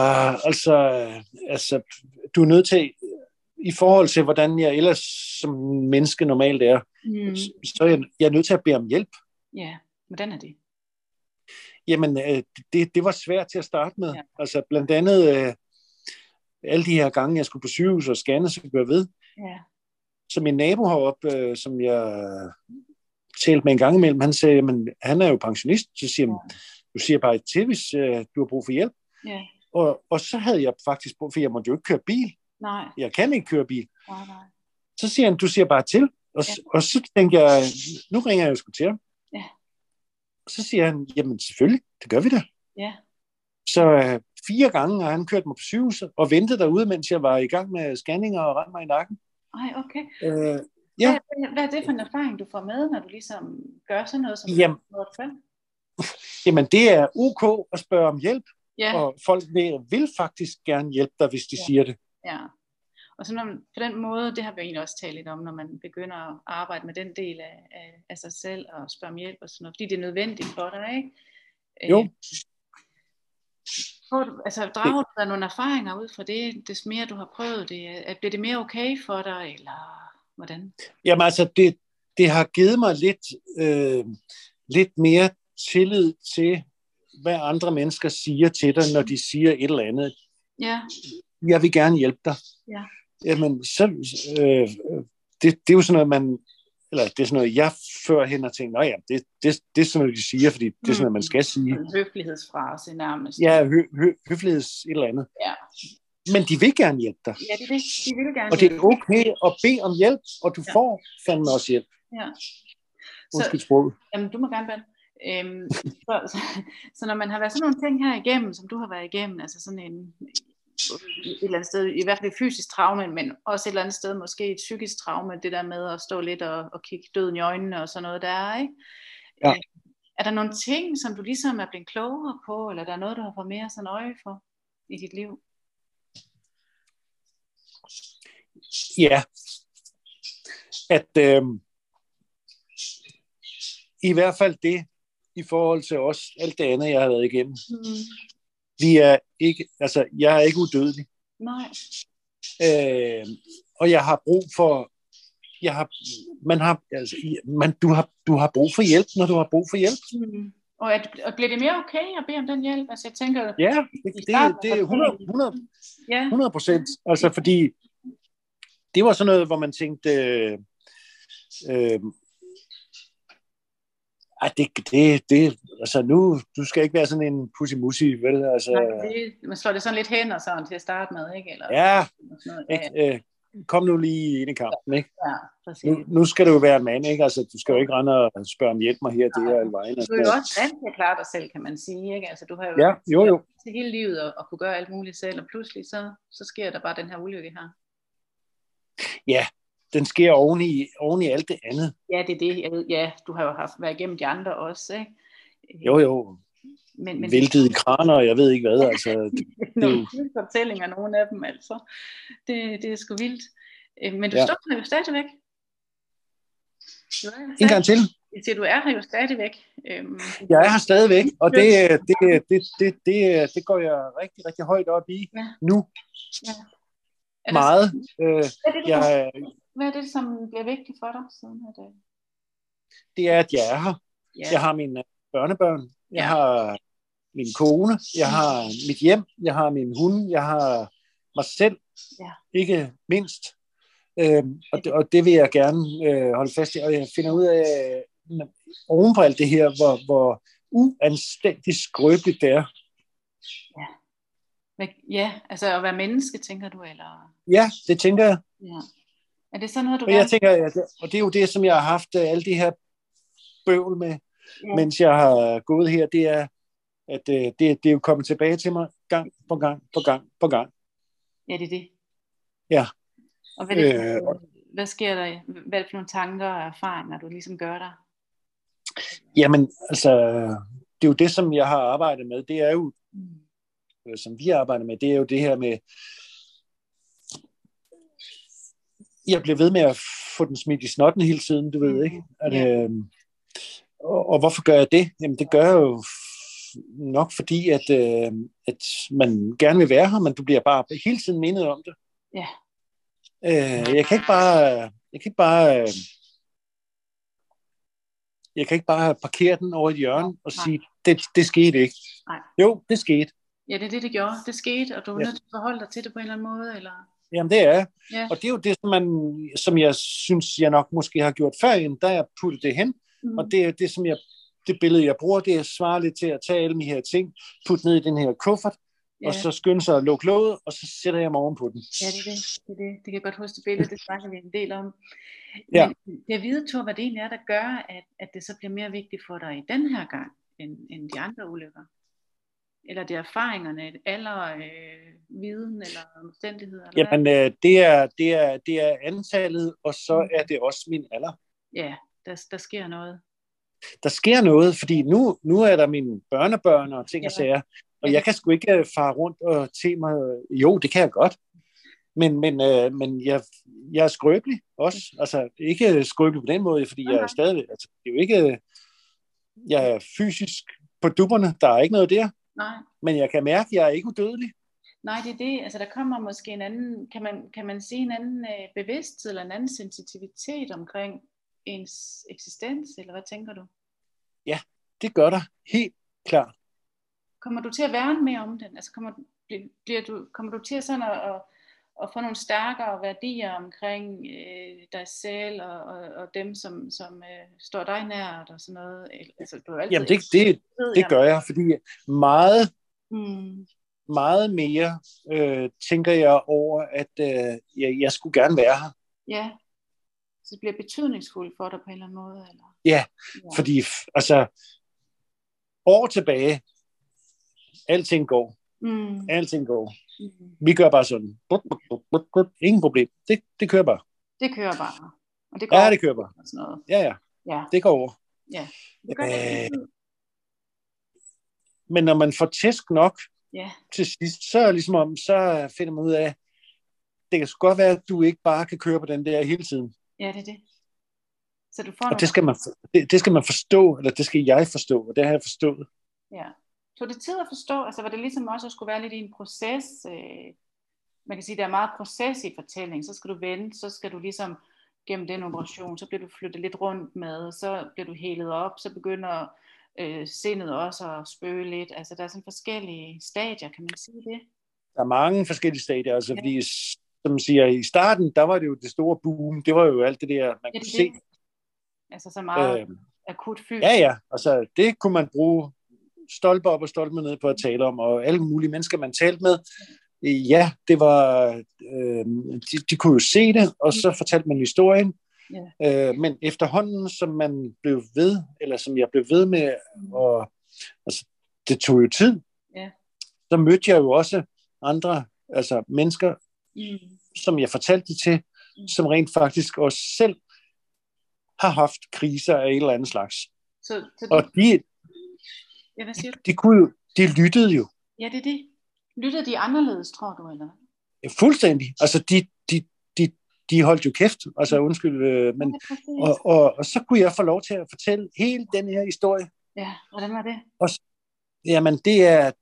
altså, du er nødt til, i forhold til, hvordan jeg ellers som menneske normalt er, så er jeg nødt til at bede om hjælp. Ja, hvordan er det? Jamen, det var svært til at starte med. Ja. Altså, blandt andet alle de her gange, jeg skulle på sygehus og scanne, så kunne jeg ved. Ja. Så min nabo heroppe, som jeg talte med en gang imellem, han sagde, men han er jo pensionist, så siger han, du siger bare til, hvis du har brug for hjælp. Ja. Og så havde jeg faktisk brug for, jeg måtte jo ikke køre bil. Nej. Jeg kan ikke køre bil. Nej. Så siger han, du siger bare til. Og så tænker jeg, nu ringer jeg jo sgu til ham. Ja. Og så siger han, jamen selvfølgelig, det gør vi da. Ja. Så 4 gange har han kørt mig på sygehuset og ventet derude, mens jeg var i gang med scanninger og rendte mig i nakken. Ej, okay. Ja. Hvad er det for en erfaring, du får med, når du ligesom gør sådan noget, som Jamen, det er ok at spørge om hjælp, og folk vil faktisk gerne hjælpe dig, hvis de siger det. Ja, og så på den måde, det har vi egentlig også talt lidt om, når man begynder at arbejde med den del af sig selv og spørge om hjælp og sådan noget, fordi det er nødvendigt for dig, ikke? Jo. Drager du der nogle erfaringer ud fra det, des mere du har prøvet det? Bliver det mere okay for dig, eller hvordan? Jamen altså, det har givet mig lidt mere tillid til, hvad andre mennesker siger til dig, når de siger et eller andet. Ja. Jeg vil gerne hjælpe dig. Ja. Jamen, så det er jo sådan noget, det er sådan noget, jeg førhen har tænkt, det er sådan noget, de siger, fordi det er sådan noget, man skal sige. En høflighedsfrase nærmest. Ja, høfligheds et eller andet. Ja. Men de vil gerne hjælpe dig. Ja, det er det. De vil gerne og det er okay at bede om hjælp, og du får fandme også hjælp. Ja. Undskyld sproget. Jamen, du må gerne bande. Så når man har været sådan nogle ting her igennem, som du har været igennem, altså sådan et eller andet sted, i hvert fald et fysisk traume, men også et eller andet sted måske et psykisk traume, det der med at stå lidt og kigge døden i øjnene og sådan noget der, ikke? Ja. Er der nogle ting, som du ligesom er blevet klogere på, eller der er noget, du har fået mere sådan øje for i dit liv? Ja. At i hvert fald det, i forhold til os, alt det andet, jeg har været igennem. Vi er ikke, altså, jeg er ikke udødelig. Nej. Og jeg har brug for, du har brug for hjælp, når du har brug for hjælp. Og bliver det mere okay at bede om den hjælp? Altså, jeg tænker, ja, det er 100%. Altså, fordi det var sådan noget, hvor man tænkte, det er altså nu, du skal ikke være sådan en pussi-mussi, vel? Altså, man slår det sådan lidt hen og sådan til at starte med, ikke? Eller, ja, sådan noget. ikke? Kom nu lige ind i kampen, ikke? Ja, præcis. Nu skal du jo være en mand, ikke? Altså, du skal jo ikke rende og spørge om hjælp mig her, det er alvejen. Du er jo også vant til at klare dig selv, kan man sige, ikke? Altså, du har jo til hele livet at kunne gøre alt muligt selv, og pludselig så sker der bare den her ulykke her. Ja, den sker oven i alt det andet. Ja, det er det. Ja, du har jo været igennem de andre også, ikke? Jo. Men væltet i kraner, og jeg ved ikke hvad, altså. Nogle fortællinger, nogle af dem, altså. Det er sgu vildt. Men du står her jo stadigvæk. En gang til. Jeg siger, du er her jo stadigvæk. Jeg er her stadigvæk, og det går jeg rigtig, rigtig højt op i nu. Ja. Meget. Hvad er det, som bliver vigtigt for dig siden af det? Det er, at jeg er her. Ja. Jeg har mine børnebørn. Jeg har min kone. Jeg har mit hjem. Jeg har min hund. Jeg har mig selv. Ja. Ikke mindst. Og det vil jeg gerne holde fast i. Og jeg finder ud af, oven på alt det her, hvor uanstændigt skrøbeligt det er. Ja. Ja, altså at være menneske, tænker du, eller? Ja, det tænker jeg. Ja. Er det sådan noget, du jeg tænker, og det er jo det, som jeg har haft alle de her bøvl med, mens jeg har gået her, det er, at det er jo kommet tilbage til mig gang på gang. Ja, det er det. Ja. Og hvad sker der? Hvad er det for nogle tanker og erfaringer, du ligesom gør der? Jamen, altså, det er jo det, som jeg har arbejdet med. Det er jo, som vi arbejder med, det er jo det her med, jeg bliver ved med at få den smidt i snotten hele tiden, du ved, ikke? Og hvorfor gør jeg det? Jamen, det gør jeg jo nok fordi, at man gerne vil være her, men du bliver bare hele tiden mindet om det. Ja. Jeg kan ikke bare parkere den over et hjørne og sige, det skete ikke. Nej. Jo, det skete. Ja, det er det gjorde. Det skete, og du er nødt til at forholde dig til det på en eller anden måde, eller? Jamen, det er. Ja. Og det er jo det, som jeg synes, jeg nok måske har gjort før, da jeg puttede det hen. Og det er det, som det billede, jeg bruger, det er svarligt til at tage alle de her ting, putte ned i den her kuffert, og så skynde sig at lukke låget, og så sætter jeg mig oven på den. Ja, det er det. Det kan jeg godt huske det billede, det snakker vi en del om. Ja. Men jeg ved, Thor, hvad det egentlig er, der gør, at det så bliver mere vigtigt for dig i den her gang, end de andre ulykker. Eller det er erfaringerne, eller viden, eller omstændigheder? Eller jamen, det er antallet, og så er det også min alder. Ja, der sker noget. Der sker noget, fordi nu er der mine børnebørn og ting og sager, og jeg kan sgu ikke fare rundt og te mig. Jo, det kan jeg godt. Men jeg er skrøbelig også. Altså, ikke skrøbelig på den måde, fordi jeg er stadig... Altså, det er jo ikke... Jeg er fysisk på dupperne. Der er ikke noget der. Nej. Men jeg kan mærke, at jeg er ikke udødelig. Nej, det er det. Altså, der kommer måske en anden... Kan man sige en anden bevidsthed eller en anden sensitivitet omkring ens eksistens, eller hvad tænker du? Ja, det gør der. Helt klart. Kommer du til at værne mere om den? Altså, kommer du til sådan at få nogle stærkere værdier omkring dig selv og dem, som står dig nært og sådan noget? Altså, du altid... Jamen, det gør jeg, fordi meget mere tænker jeg over, at jeg skulle gerne være her. Ja, så det bliver betydningsfuldt for dig på en eller anden måde? Eller? Ja, fordi altså år tilbage, alting går. Alting går. Vi gør bare sådan. Ingen problem. Det kører bare. Det kører bare. Og det går det kører bare. Sådan noget. Ja. Det går over. Ja. Det gør det. Men når man får tæsk nok til sidst, så er ligesom om, så finder man ud af, det kan sgu godt være, at du ikke bare kan køre på den der hele tiden. Ja, det er det. Så du får og det skal man forstå, eller det skal jeg forstå, og det har jeg forstået. Ja. Så det tid at forstå, altså var det ligesom også at skulle være lidt i en proces, man kan sige, der er meget proces i fortælling, så skal du vente, så skal du ligesom gennem den operation, så bliver du flyttet lidt rundt med, så bliver du helet op, så begynder sindet også at spøge lidt, altså der er sådan forskellige stadier, kan man sige det? Der er mange forskellige stadier, altså fordi, som man siger, i starten, der var det jo det store boom, det var jo alt det der, man kunne se. Altså så meget akut fysisk. Ja, altså det kunne man bruge stolpe op og stolpe ned på at tale om, og alle mulige mennesker, man talte med, ja, det var, de kunne jo se det, og så fortalte man historien, men efterhånden, som man blev ved, eller som jeg blev ved med, og altså, det tog jo tid, så mødte jeg jo også andre, altså mennesker, som jeg fortalte det til, som rent faktisk også selv har haft kriser af et eller andet slags. Og de lyttede jo. Ja, det er det. Lyttede de anderledes, tror du, eller? Ja, fuldstændig. Altså, de holdt jo kæft. Altså, undskyld. Men, og så kunne jeg få lov til at fortælle hele den her historie. Ja, hvordan var det? Og, jamen, det er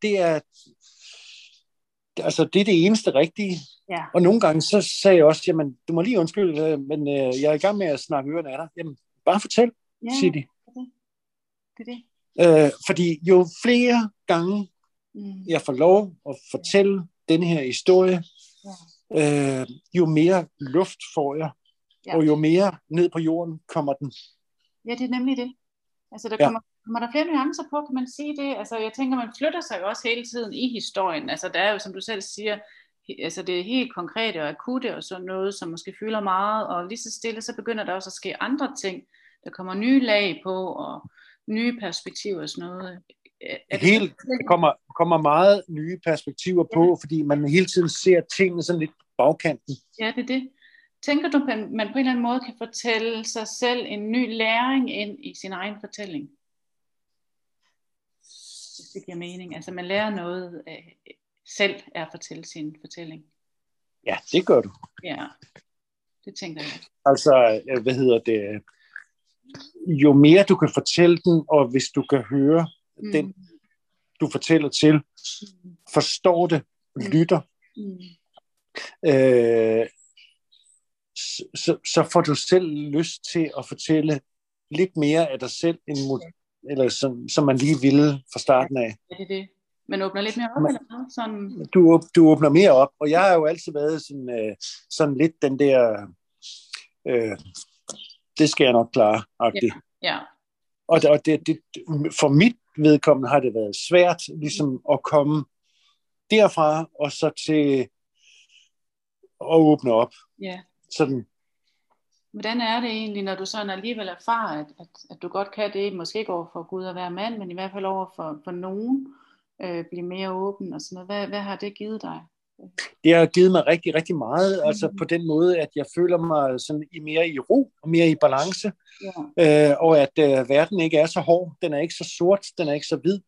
altså, det er det eneste rigtige. Ja. Og nogle gange, så sagde jeg også, jamen, du må lige undskylde, men jeg er i gang med at snakke ørerne af dig. Jamen, bare fortæl, siger de. Det er det. Fordi jo flere gange jeg får lov at fortælle denne her historie, jo mere luft får jeg, og jo mere ned på jorden kommer den. Ja, det er nemlig det. Altså, der kommer der flere nuancer på, kan man sige det? Altså, jeg tænker, man flytter sig jo også hele tiden i historien. Altså, der er jo, som du selv siger, altså det er helt konkrete og akutte og sådan noget, som måske fylder meget, og lige så stille, så begynder der også at ske andre ting. Der kommer nye lag på, og nye perspektiver og sådan noget. Der kommer meget nye perspektiver på, fordi man hele tiden ser tingene sådan lidt bagkanten. Ja, det er det. Tænker du, at man på en eller anden måde kan fortælle sig selv en ny læring ind i sin egen fortælling? Hvis det giver mening. Altså man lærer noget selv af at fortælle sin fortælling. Ja, det gør du. Ja, det tænker jeg. Altså, jo mere du kan fortælle den, og hvis du kan høre den, du fortæller til, forstår det, lytter, så får du selv lyst til at fortælle lidt mere af dig selv, eller som man lige ville fra starten af. Ja, det er det. Man åbner lidt mere op, eller hvad? Sådan... Du åbner mere op, og jeg har jo altid været sådan lidt den der, det skal jeg nok klare-agtigt. Ja. Og det, for mit vedkommende har det været svært ligesom at komme derfra, og så til at åbne op. Ja. Sådan. Hvordan er det egentlig, når du sådan alligevel erfarer, at du godt kan det, måske ikke over for Gud at være mand, men i hvert fald over for nogen, blive mere åben og sådan noget. Hvad har det givet dig? Det har givet mig rigtig, rigtig meget, altså på den måde, at jeg føler mig sådan mere i ro og mere i balance, og at verden ikke er så hård, den er ikke så sort, den er ikke så hvid.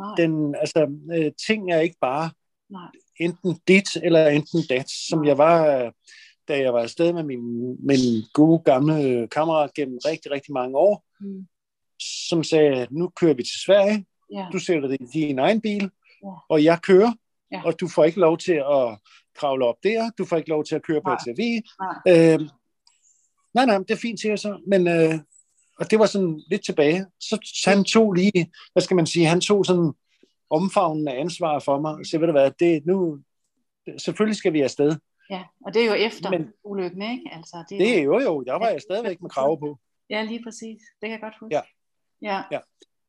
Ting er ikke bare enten dit eller enten dat, som jeg var, da jeg var afsted med min gode gamle kammerat gennem rigtig, rigtig mange år, som sagde, nu kører vi til Sverige, du sætter dig i din egen bil, og jeg kører, og du får ikke lov til at kravle op der, du får ikke lov til at køre på ATV. Nej, det er fint, siger jeg så, men og det var sådan lidt tilbage. Så han tog lige, hvad skal man sige, han tog sådan omfavnende ansvar for mig, og så ved du hvad, nu, selvfølgelig skal vi afsted. Ja, og det er jo efter ulykken, ikke? Altså, det er jo, der var jeg stadigvæk med krave på. Ja, lige præcis, det kan jeg godt huske. Ja.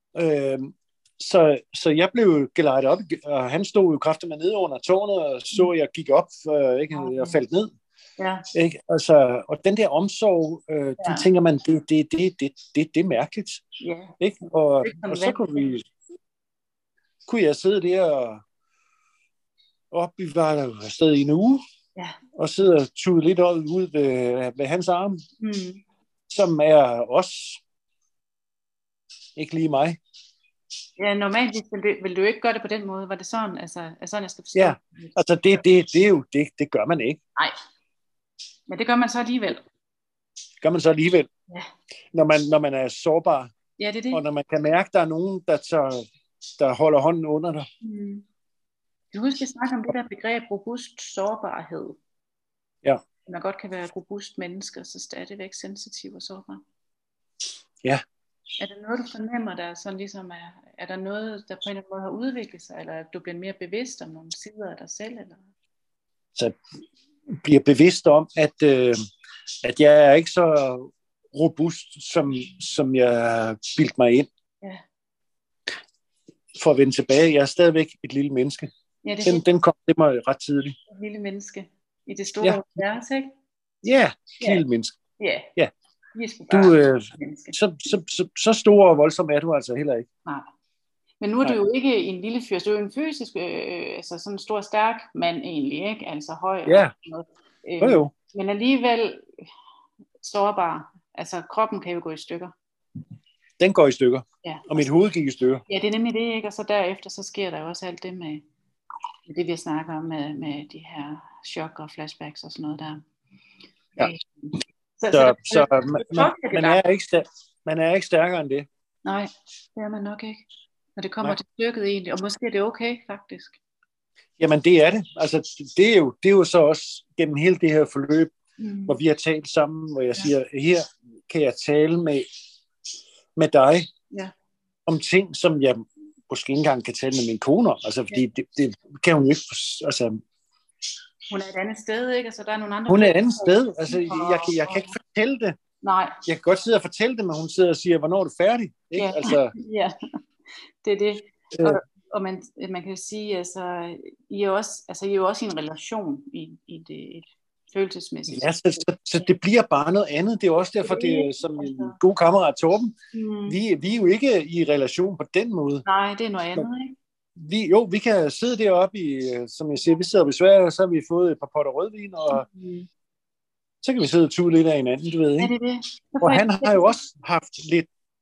Så jeg blev gelejtet op, og han stod jo kraftigt med nede under tårnet, og så jeg gik op, jeg faldt ned. Ja. Ikke? Altså, og den der omsorg, den tænker man, det er mærkeligt. Ja. Ikke? Og så kunne jeg sidde der, og vi var der afsted i en uge, og sidde og tude lidt ud ved hans arm, som er også ikke lige mig. Ja, normalt vil du ikke gøre det på den måde. Var det sådan, altså sådan jeg skal forstå? Ja, altså det gør man ikke. Nej, men det gør man så alligevel. Ja. Når man er sårbar. Ja, det er det. Og når man kan mærke, at der er nogen, der holder hånden under dig. Du husker at snakke om det der begreb robust sårbarhed. Ja. Man godt kan være et robust menneske, så stadigvæk sensitiv og sårbar. Ja. Er der noget, du fornemmer, der sådan ligesom er der noget, der på en eller anden måde har udviklet sig, eller er du blevet mere bevidst om nogle sider af dig selv? Eller? Så bliver bevidst om, at jeg er ikke så robust, som jeg bildte mig ind. Ja. For at vende tilbage, jeg er stadigvæk et lille menneske. Ja, Den kom til mig ret tidligt. Et lille menneske i det store univers, ikke? Ja, lille menneske. Ja. Ja. Du, så stor og voldsom er du altså heller ikke. Nej. Men nu er du jo ikke en lille fyr, du er jo en fysisk, altså sådan en stor, stærk mand egentlig, ikke? Altså høj. Ja, jo. Men alligevel sårbar. Altså kroppen kan jo gå i stykker. Den går i stykker, ja. Og mit hoved gik i stykker. Ja, det er nemlig det, ikke? Og så derefter, så sker der jo også alt det med det, vi snakker om med de her chok og flashbacks og sådan noget der. Ja. Man er ikke stærkere end det. Nej, det er man nok ikke. Når det kommer til stykket egentlig, og måske er det okay, faktisk. Jamen, det er det. Altså, det er jo så også gennem hele det her forløb, hvor vi har talt sammen, hvor jeg siger, her kan jeg tale med dig om ting, som jeg måske ikke engang kan tale med min kone. Altså, fordi det kan hun jo ikke. Altså, hun er et andet sted, ikke? Altså, der er nogle andre. Hun er et andet sted. Altså, jeg kan ikke fortælle det. Nej. Jeg kan godt sidde og fortælle det, men hun sidder og siger, hvornår er du færdig? Ikke? Ja. Altså, ja, det er det. Og man kan sige, altså, I er jo også i en relation i det følelsesmæssigt. Ja, så det bliver bare noget andet. Det er også derfor, det som en god kammerat Torben, vi er jo ikke i relation på den måde. Nej, det er noget andet, ikke? Vi kan sidde deroppe i, som jeg siger, vi sidder i Sverige, og så har vi fået et par potter rødvin, og så kan vi sidde og tue lidt af hinanden, du ved, ikke? Ja, det er det. Og han har jo også haft lidt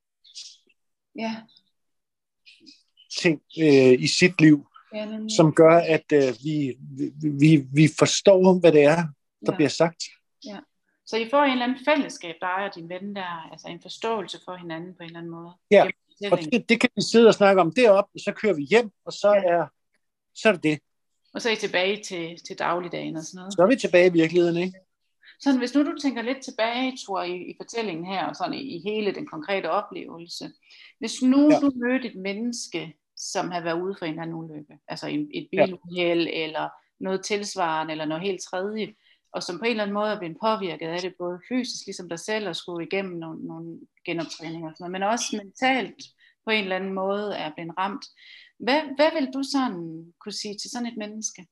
ting i sit liv, som gør, at vi forstår, hvad det er, der bliver sagt. Ja. Så I får en eller anden fællesskab, der er din ven der, altså en forståelse for hinanden på en eller anden måde. Ja, og det kan vi sidde og snakke om deroppe, og så kører vi hjem, og så er det. Og så er I tilbage til dagligdagen og sådan noget. Så er vi tilbage i virkeligheden, ikke? Sådan, hvis nu du tænker lidt tilbage, tror i fortællingen her, og sådan i hele den konkrete oplevelse. Hvis nu du mødte et menneske, som havde været ude for en eller anden ulykke, altså et biluheld, eller noget tilsvarende, eller noget helt tredje, og som på en eller anden måde er blevet påvirket af det, både fysisk, ligesom dig selv, og skulle igennem nogle genoptræninger, og sådan noget, men også mentalt på en eller anden måde er blevet ramt. Hvad vil du sådan kunne sige til sådan et menneske?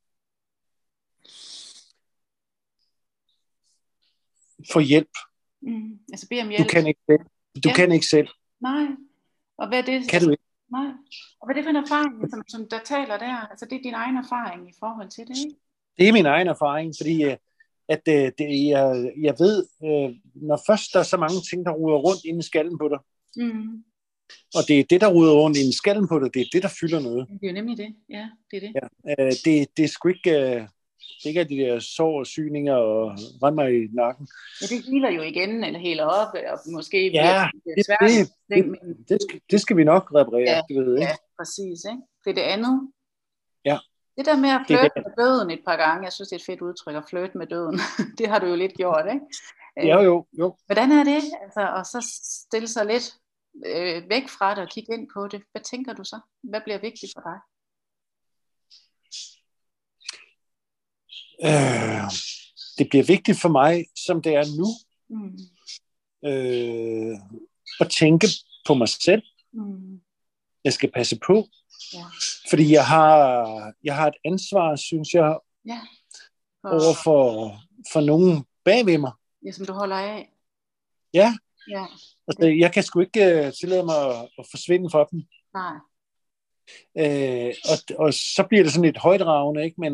Få hjælp. Altså bede om hjælp. Du kan ikke selv. Nej. Og hvad er det? Kan du ikke? Nej. Og hvad er det for en erfaring, som der taler der? Altså det er din egen erfaring i forhold til det, ikke? Det er min egen erfaring, fordi jeg ved, når først der er så mange ting, der ruder rundt inde i skallen på dig, og det er det, der ruder rundt inde i skallen på dig, det er det, der fylder noget. Det er jo nemlig det. Ja, det er det. Ja, det er sgu ikke... Det ikke er de der sår og syninger og render i nakken. Ja, det healer jo igen, eller heler op, og måske det svært. Det skal vi nok reparere, du ved, ikke? Ja, præcis, ikke? Det er det andet. Ja. Det der med at flirte med døden et par gange, jeg synes, det er et fedt udtryk, at flirte med døden. Det har du jo lidt gjort, ikke? Jo. Hvordan er det? Altså, og så stille sig lidt væk fra det og kigge ind på det. Hvad tænker du så? Hvad bliver vigtigt for dig? Det bliver vigtigt for mig, som det er nu, at tænke på mig selv. Jeg skal passe på, fordi jeg har et ansvar, synes jeg, over for nogen bagved mig. Ja, som du holder af. Ja. Altså, jeg kan sgu ikke tillade mig at forsvinde for dem. Nej. Og så bliver det sådan lidt højdragende, ikke?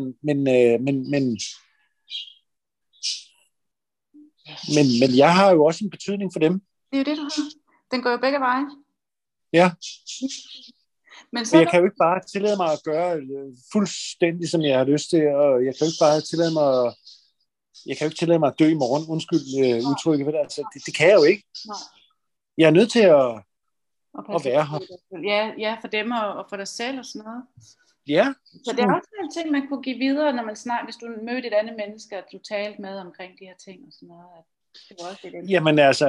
Men jeg har jo også en betydning for dem. Det er jo det, du har. Den går jo begge veje. Ja. Men så jeg kan jo ikke bare tillade mig at gøre fuldstændig, som jeg har lyst til, og jeg kan jo ikke bare tillade mig at dø i morgen. Undskyld udtrykket for det. Altså, det kan jeg jo ikke. Nej. Jeg er nødt til at være her. Ja, for dem og for dig selv og sådan noget. Ja. Så det er også en ting, man kunne give videre, når man snakker, hvis du mødte et andet menneske, at du talte med omkring de her ting og sådan noget. At det var også det. Jamen altså,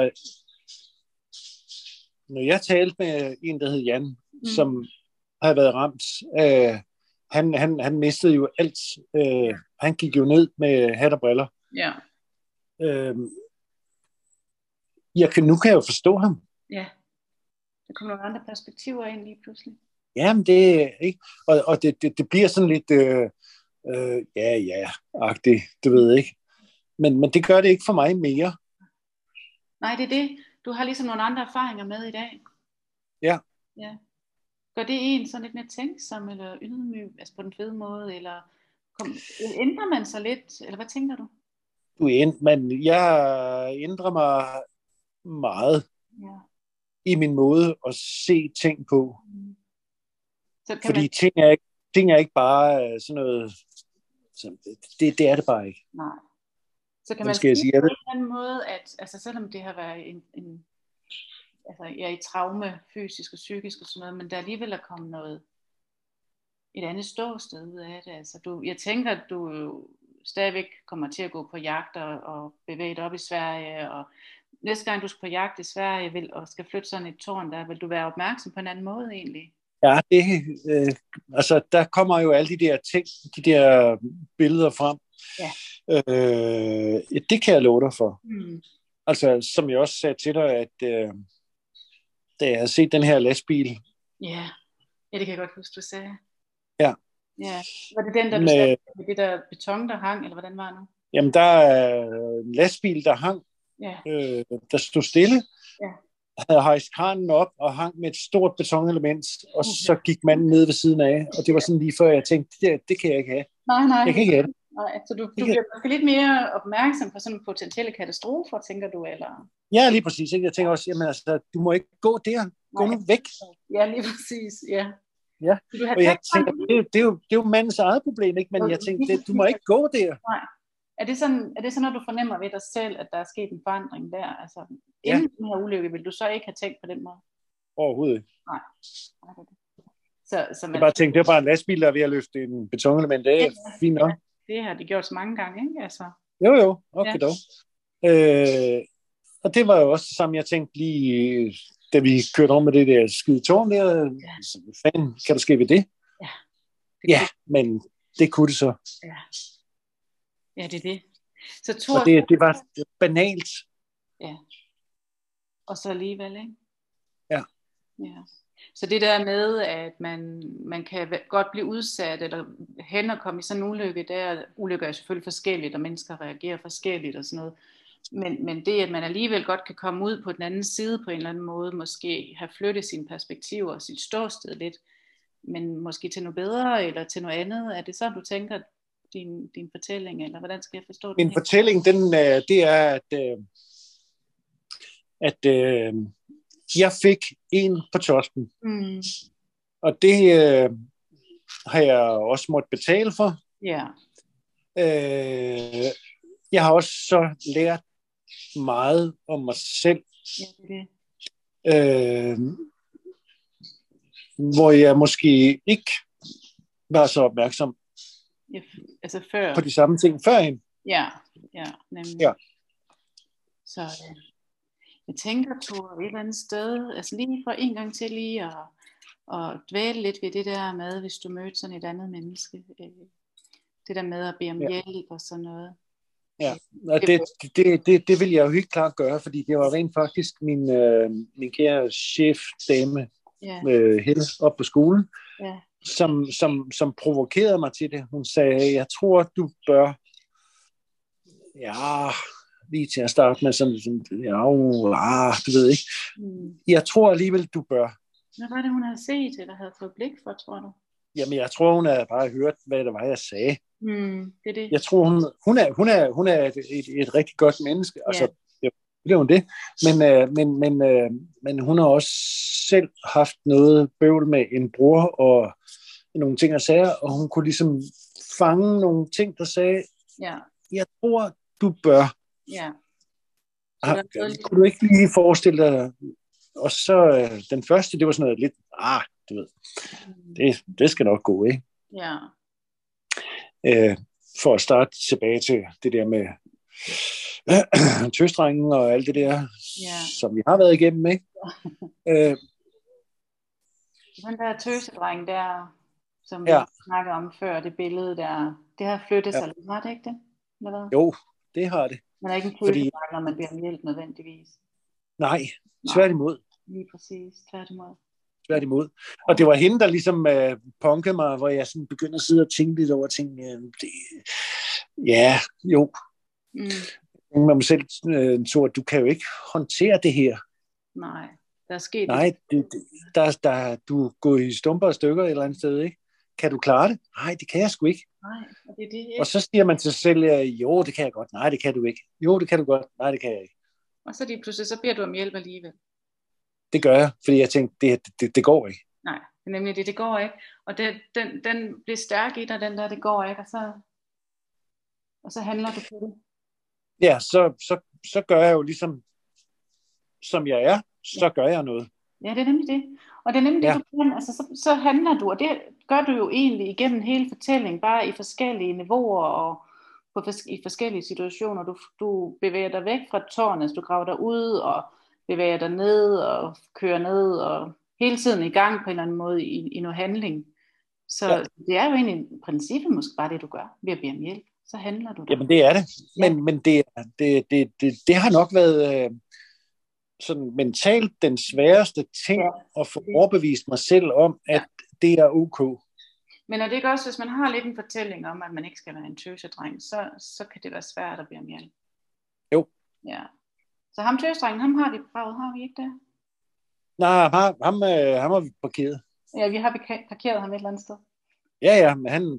når jeg talte med en, der hed Jan, som havde været ramt, han mistede jo alt. Han gik jo ned med hat og briller. Ja. Nu kan jeg jo forstå ham. Ja, der kommer nogle andre perspektiver ind lige pludselig. Jamen, det er ikke. Og det bliver sådan lidt, agtigt, du ved ikke. Men det gør det ikke for mig mere. Nej, det er det. Du har ligesom nogle andre erfaringer med i dag. Ja. Ja. Gør det en sådan lidt mere tænksom, eller ydmyg, altså på den fede måde, eller ændrer man sig lidt, eller hvad tænker du? Men jeg ændrer mig meget i min måde at se ting på. Så kan fordi ting er ikke bare sådan noget, det er det bare ikke. Nej. Så kan man sige på en eller anden måde, at altså, selvom det har været i traume, fysisk og psykisk og sådan noget, men der alligevel er kommet et andet ståsted ud af det. Altså, jeg tænker, at du stadigvæk kommer til at gå på jagt og bevæge dig op i Sverige, og næste gang du skal på jagt i Sverige og skal flytte sådan et tårn der, vil du være opmærksom på en anden måde egentlig? Ja, altså der kommer jo alle de der ting, de der billeder frem. Ja. Det kan jeg love dig for. Altså, som jeg også sagde til dig, at da jeg havde set den her lastbil. Ja, det kan jeg godt huske, du sagde. Ja. Ja. Var det den, der du sagde, det der beton, der hang, eller hvordan var det nu? Jamen, der er en lastbil, der hang, der stod stille. Ja. Havde hejst kranen op og hang med et stort betonelement, og så gik manden ned ved siden af, og det var sådan lige før jeg tænkte, det kan jeg ikke have. Nej. Jeg kan ikke have det. Nej, så du bliver måske lidt mere opmærksom på sådan potentielle katastrofer, tænker du, eller? Ja, lige præcis. Ikke? Jeg tænker også, jamen altså, du må ikke gå der. Gå nu væk. Ja, lige præcis, ja. Ja, og jeg tænker, det er jo mandens eget problem, ikke? Men jeg tænker, du må ikke gå der. Nej. Er det sådan, når du fornemmer ved dig selv, at der er sket en forandring der? Altså, inden den her ulykke, vil du så ikke have tænkt på den måde? Overhovedet ikke. Nej. Jeg bare tænkte, det var bare en lastbil, der er ved at løfte en betonelement af. Fint nok. Det har de gjort så mange gange, ikke? Altså. Jo, okay dog. Og det var jo også det samme, jeg tænkte lige, da vi kørte om med det der skide tårn der. Hvad fanden kan der ske ved det? Ja, men det kunne det så. Ja, det er det. Så og det var banalt. Ja. Og så alligevel, ikke? Ja. Så det der med, at man kan godt blive udsat, eller hen og komme i sådan en ulykke, ulykker er selvfølgelig forskelligt, og mennesker reagerer forskelligt og sådan noget. Men det, at man alligevel godt kan komme ud på den anden side på en eller anden måde, måske have flyttet sine perspektiver og sit ståsted lidt, men måske til noget bedre, eller til noget andet. Er det sådan, du tænker, din fortælling, eller hvordan skal jeg forstå det? Min fortælling, det er, at jeg fik en på tosken. Og det har jeg også måttet betale for. Ja. Jeg har også så lært meget om mig selv. Ja, hvor jeg måske ikke var så opmærksom altså før. På de samme ting førhen. Ja, nemlig. Ja. Så jeg tænker på et eller andet sted, altså lige for en gang til lige at dvæle lidt ved det der med, hvis du mødte sådan et andet menneske. Det der med at bede om hjælp og sådan noget. Ja, og det vil jeg jo helt klart gøre, fordi det var rent faktisk min kære chefdame, Helle, op på skolen, som provokerede mig til det. Hun sagde, jeg tror, du bør, lige til at starte med sådan du ved ikke. Jeg tror alligevel, du bør. Hvad var det, hun havde set, eller havde fået blik for, tror du? Jamen, jeg tror, hun havde bare hørt, hvad det var, jeg sagde. Det er det. Jeg tror, hun er et rigtig godt menneske. Altså, det er hun det. Men hun har også selv haft noget bøvl med en bror og nogle ting og sager, og hun kunne ligesom fange nogle ting, der sagde, jeg tror, du bør. Ja. Kunne du ikke lige forestille dig? Og så den første, det var sådan noget lidt, du ved, det skal nok gå, ikke? Ja. For at starte tilbage til det der med tøstrengen og alt det der, som vi har været igennem, ikke? Den der tøsedreng der, som vi snakkede om før, det billede der, det har flyttet sig lidt, var det ikke det? Eller hvad? Jo, det har det. Man er ikke en tøsedreng, når man bliver om hjælp nødvendigvis. Nej, tværtimod. Lige præcis, Tværtimod. Og det var hende, der ligesom punkede mig, hvor jeg sådan begyndte at sidde og tænke lidt over ting. Jo. Men mig selv, Thor, du kan jo ikke håndtere det her. Nej, der er sket... Nej, du er gået i stumper og stykker et eller andet sted, ikke? Kan du klare det? Nej, det kan jeg sgu ikke. Nej, og det er det ikke. Og så siger man til sig selv, jo, det kan jeg godt. Nej, det kan du ikke. Jo, det kan du godt. Nej, det kan jeg ikke. Og så lige pludselig, så beder du om hjælp alligevel. Det gør jeg, fordi jeg tænkte, det går ikke. Nej, det er nemlig det går ikke. Og den bliver stærk i dig, den der, det går ikke, og så handler du på det. Ja, så gør jeg jo ligesom, som jeg er, så gør jeg noget. Ja, det er nemlig det. Og det er nemlig det, du kan. Altså, så handler du, og det gør du jo egentlig igennem hele fortællingen, bare i forskellige niveauer og i forskellige situationer. Du bevæger dig væk fra tårnet, du graver dig ud og bevæger dig ned og kører ned og hele tiden i gang på en eller anden måde i noget handling. Så det er jo egentlig i princippet måske bare det, du gør ved at bede om hjælp. Så handler du der. Jamen det er det. Men det har nok været sådan mentalt den sværeste ting at få overbevist mig selv om, at det er ok. Men er det ikke også, hvis man har lidt en fortælling om, at man ikke skal være en tøsedreng, så kan det være svært at bede om hjælp. Jo. Ja. Så ham tøsedrengen, ham har vi braget, har vi ikke det? Nej, ham har vi parkeret. Ja, vi har parkeret ham et eller andet sted. Ja, men han...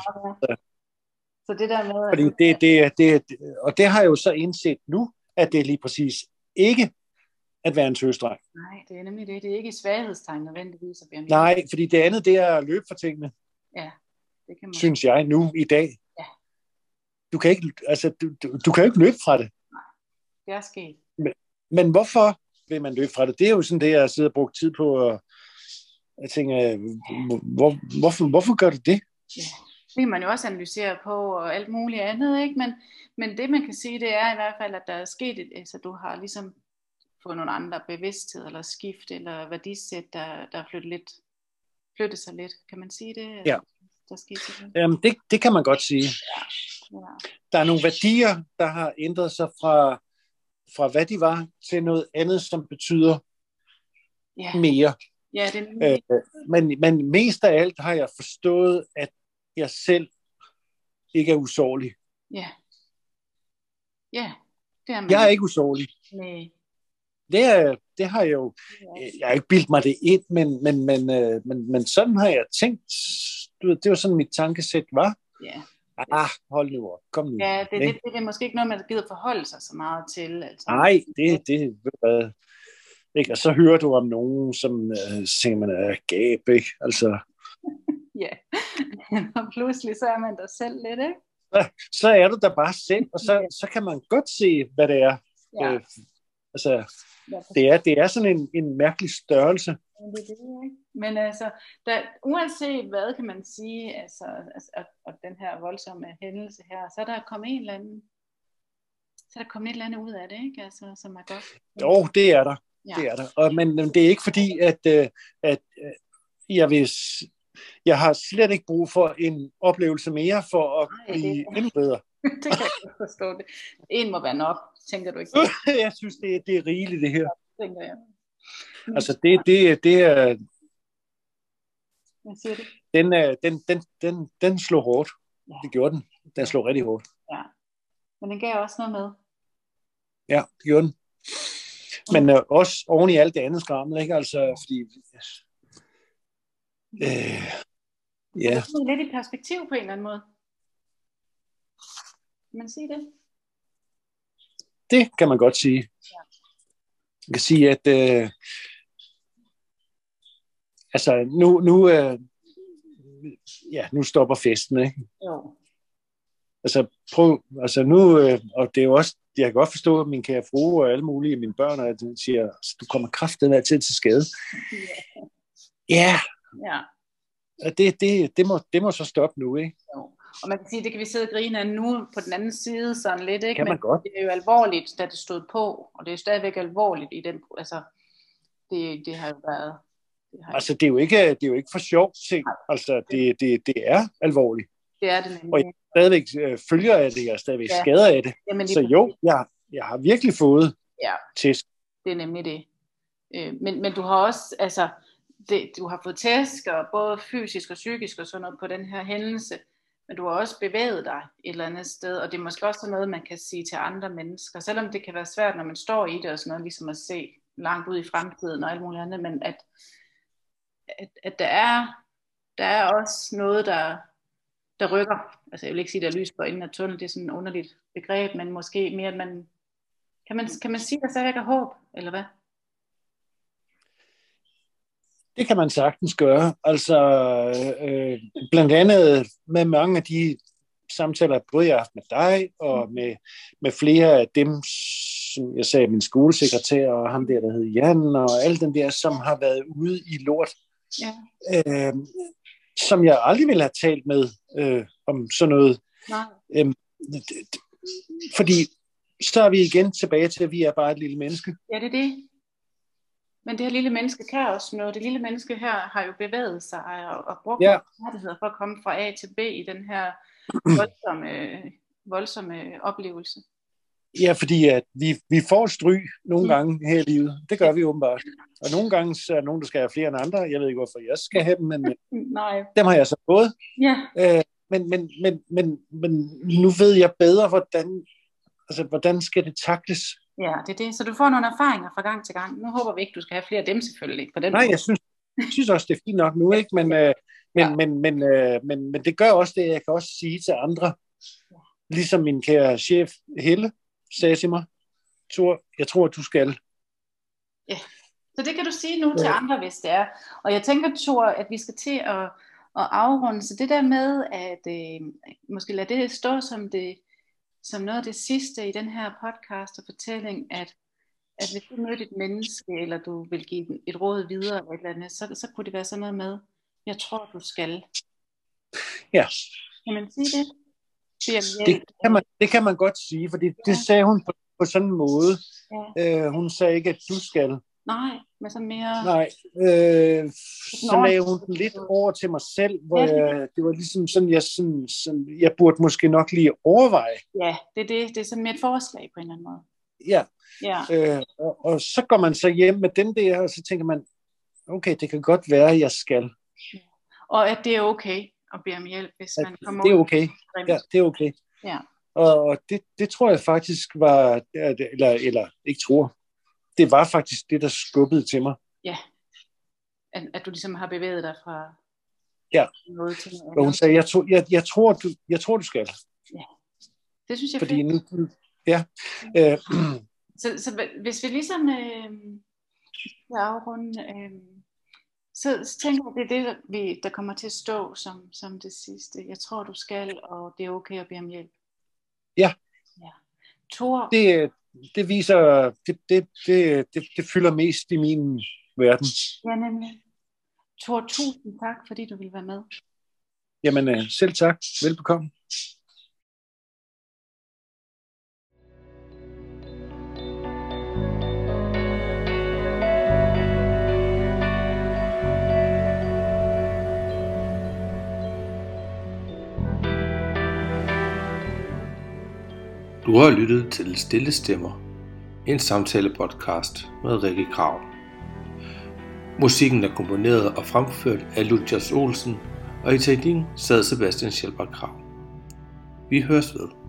Så det der med... Fordi og det har jeg jo så indset nu, at det er lige præcis ikke at være en tøsedreng. Nej, det er nemlig det. Det er ikke svaghedstegn nødvendigvis at bede om hjælp. Nej, fordi det andet, det er at løbe for tingene. Ja, det kan man... Synes jeg nu, i dag. Ja. Du kan ikke, du kan jo ikke løbe fra det. Nej, det er sket. Men hvorfor vil man løbe fra det? Det er jo sådan det, jeg sidder og brugt tid på. Og jeg tænker, hvorfor gør du det? Ja, det kan man jo også analysere på og alt muligt andet, ikke? Men det, man kan sige, det er i hvert fald, at der er sket, altså du har ligesom fået nogle andre bevidsthed eller skift eller værdisæt, der er flyttet sig lidt. Kan man sige det? Ja. Der skete det? Jamen, det kan man godt sige. Ja. Der er nogle værdier, der har ændret sig fra hvad de var, til noget andet, som betyder mere. Ja, det er men mest af alt har jeg forstået, at jeg selv ikke er usårlig. Ja. Ja, det er man. Jeg er ikke usårlig. Nej. Det har jeg jo... Jeg har ikke bildt mig det ind, men sådan har jeg tænkt. Det var sådan, mit tankesæt var. Ja. Hold nu op. Kom nu. Ja, det er måske ikke noget, man gider forholde sig så meget til. Altså. Nej, det ved ikke. Og så hører du om nogen, som siger, man er gab, ikke? Altså... Ja, og pludselig så er man der selv lidt, ikke? Så er du der bare selv, og så kan man godt se, hvad det er. Ja. Det er sådan en mærkelig størrelse. Ja, det er det, ikke? Men altså, uanset hvad kan man sige, altså, og den her voldsomme hændelse her, så er der kommet et eller andet ud af det, ikke? Altså, som er godt. Jo, det er der. Ja. Det er der. Men det er ikke fordi, at jeg har slet ikke brug for en oplevelse mere for at blive endnu bedre. Det kan jeg ikke forstå det. En må være nok, tænker du ikke? Jeg synes, det er rigeligt, det her. Tænker jeg. Altså, det er... Hvad siger du? Den slog hårdt. Ja. Det gjorde den. Den slog rigtig hårdt. Ja. Men den gav også noget med. Ja, det gjorde den. Men også oven i alt det andet skrammel, ikke? Altså, fordi... Det er lidt i perspektiv på en eller anden måde. Kan man sige det? Det kan man godt sige. Ja. Man kan sige, at nu stopper festen, ikke? Jo. Altså nu, og det er jo også, jeg kan godt forstå, at min kære frue og alle mulige mine børn, at de siger, du kommer kraftedeme til skade. Ja. Ja. Det må så stoppe nu, ikke? Jo. Og man kan sige, det kan vi sidde og grine af nu på den anden side sådan lidt, ikke? Kan man men godt. Det er jo alvorligt, da det stod på, og det er stadigvæk alvorligt i den, altså det har jo været. Altså det er jo ikke for sjovt ting. Altså det er alvorligt. Det er det nemlig. Og jeg stadigvæk følger af det, jeg er stadigvæk skader af det. Jamen, så jo, jeg har virkelig fået tæsk. Det er nemlig det. Men du har også, altså, du har fået tæsk, og både fysisk og psykisk og sådan noget på den her hændelse, men du har også bevæget dig et eller andet sted, og det er måske også noget, man kan sige til andre mennesker, selvom det kan være svært, når man står i det og sådan noget, ligesom at se langt ud i fremtiden og alt muligt andet, men at der er også noget, der rykker. Altså jeg vil ikke sige, at der er lys på enden af tunnel, det er sådan et underligt begreb, men måske mere, at man kan man sige, at der stadigvæk er håb, eller hvad? Det kan man sagtens gøre. Altså blandt andet med mange af de samtaler, både jeg har haft med dig og med flere af dem, som jeg sagde, min skolesekretær og ham der hed Jan, og alle dem der, som har været ude i lort, som jeg aldrig ville have talt med om sådan noget. Fordi så er vi igen tilbage til, at vi er bare et lille menneske. Ja, det er det. Men det her lille menneske kan også noget. Det lille menneske her har jo bevæget sig og brugt færdigheder for at komme fra A til B i den her voldsomme oplevelse. Ja, fordi at vi får stryg nogle gange her i livet. Det gør vi åbenbart. Og nogle gange så er der nogen, der skal have flere end andre. Jeg ved ikke, hvorfor jeg skal have dem, men dem har jeg så fået. Ja. Men nu ved jeg bedre, hvordan skal det takles. Ja, det er det. Så du får nogle erfaringer fra gang til gang. Nu håber vi ikke, du skal have flere af dem selvfølgelig. På den måde. Jeg synes også, det er fint nok nu, ikke? Men det gør også det, jeg kan også sige til andre. Ligesom min kære chef Helle sagde til mig, Thor, jeg tror, du skal. Ja, så det kan du sige nu til andre, hvis det er. Og jeg tænker, Thor, at vi skal til at afrunde. Så det der med, at måske lade det stå som noget af det sidste i den her podcast og fortælling, at hvis du mødte et menneske, eller du vil give et råd videre, eller et eller andet, så kunne det være sådan noget med, jeg tror, du skal. Ja. Kan man sige det? Det kan man godt sige, for det sagde hun på sådan en måde. Ja. Hun sagde ikke, at du skal. Nej, men så mere... Nej, så lagde hun den lidt over til mig selv, hvor det var ligesom sådan, jeg burde måske nok lige overveje. Ja, det er sådan mere et forslag på en eller anden måde. Ja, og så går man så hjem med den der, og så tænker man, okay, det kan godt være, at jeg skal. Ja. Og at det er okay at bede om hjælp, hvis man kommer det er okay. Ja, det er okay. Ja. Og det tror jeg faktisk var, eller ikke tror, det var faktisk det, der skubbede til mig. Ja, at du ligesom har bevæget dig fra noget til noget. Og hun sagde, jeg tror, du skal. Ja, det synes jeg fordi fedt. Nu, ja. Så hvis vi ligesom skal afrunde, så tænker jeg, det er det, der kommer til at stå som det sidste. Jeg tror, du skal, og det er okay at bede om hjælp. Ja. Thor. Det viser, det fylder mest i min verden. Ja, nemlig. Thor, tusind tak, fordi du ville være med. Jamen, selv tak. Velbekomme. Du har lyttet til Stille Stemmer, en samtale-podcast med Rikke Krag. Musikken er komponeret og fremført af Lukas Olsen, og i teknikken sad Sebastian Schelbach Krag. Vi høres ved.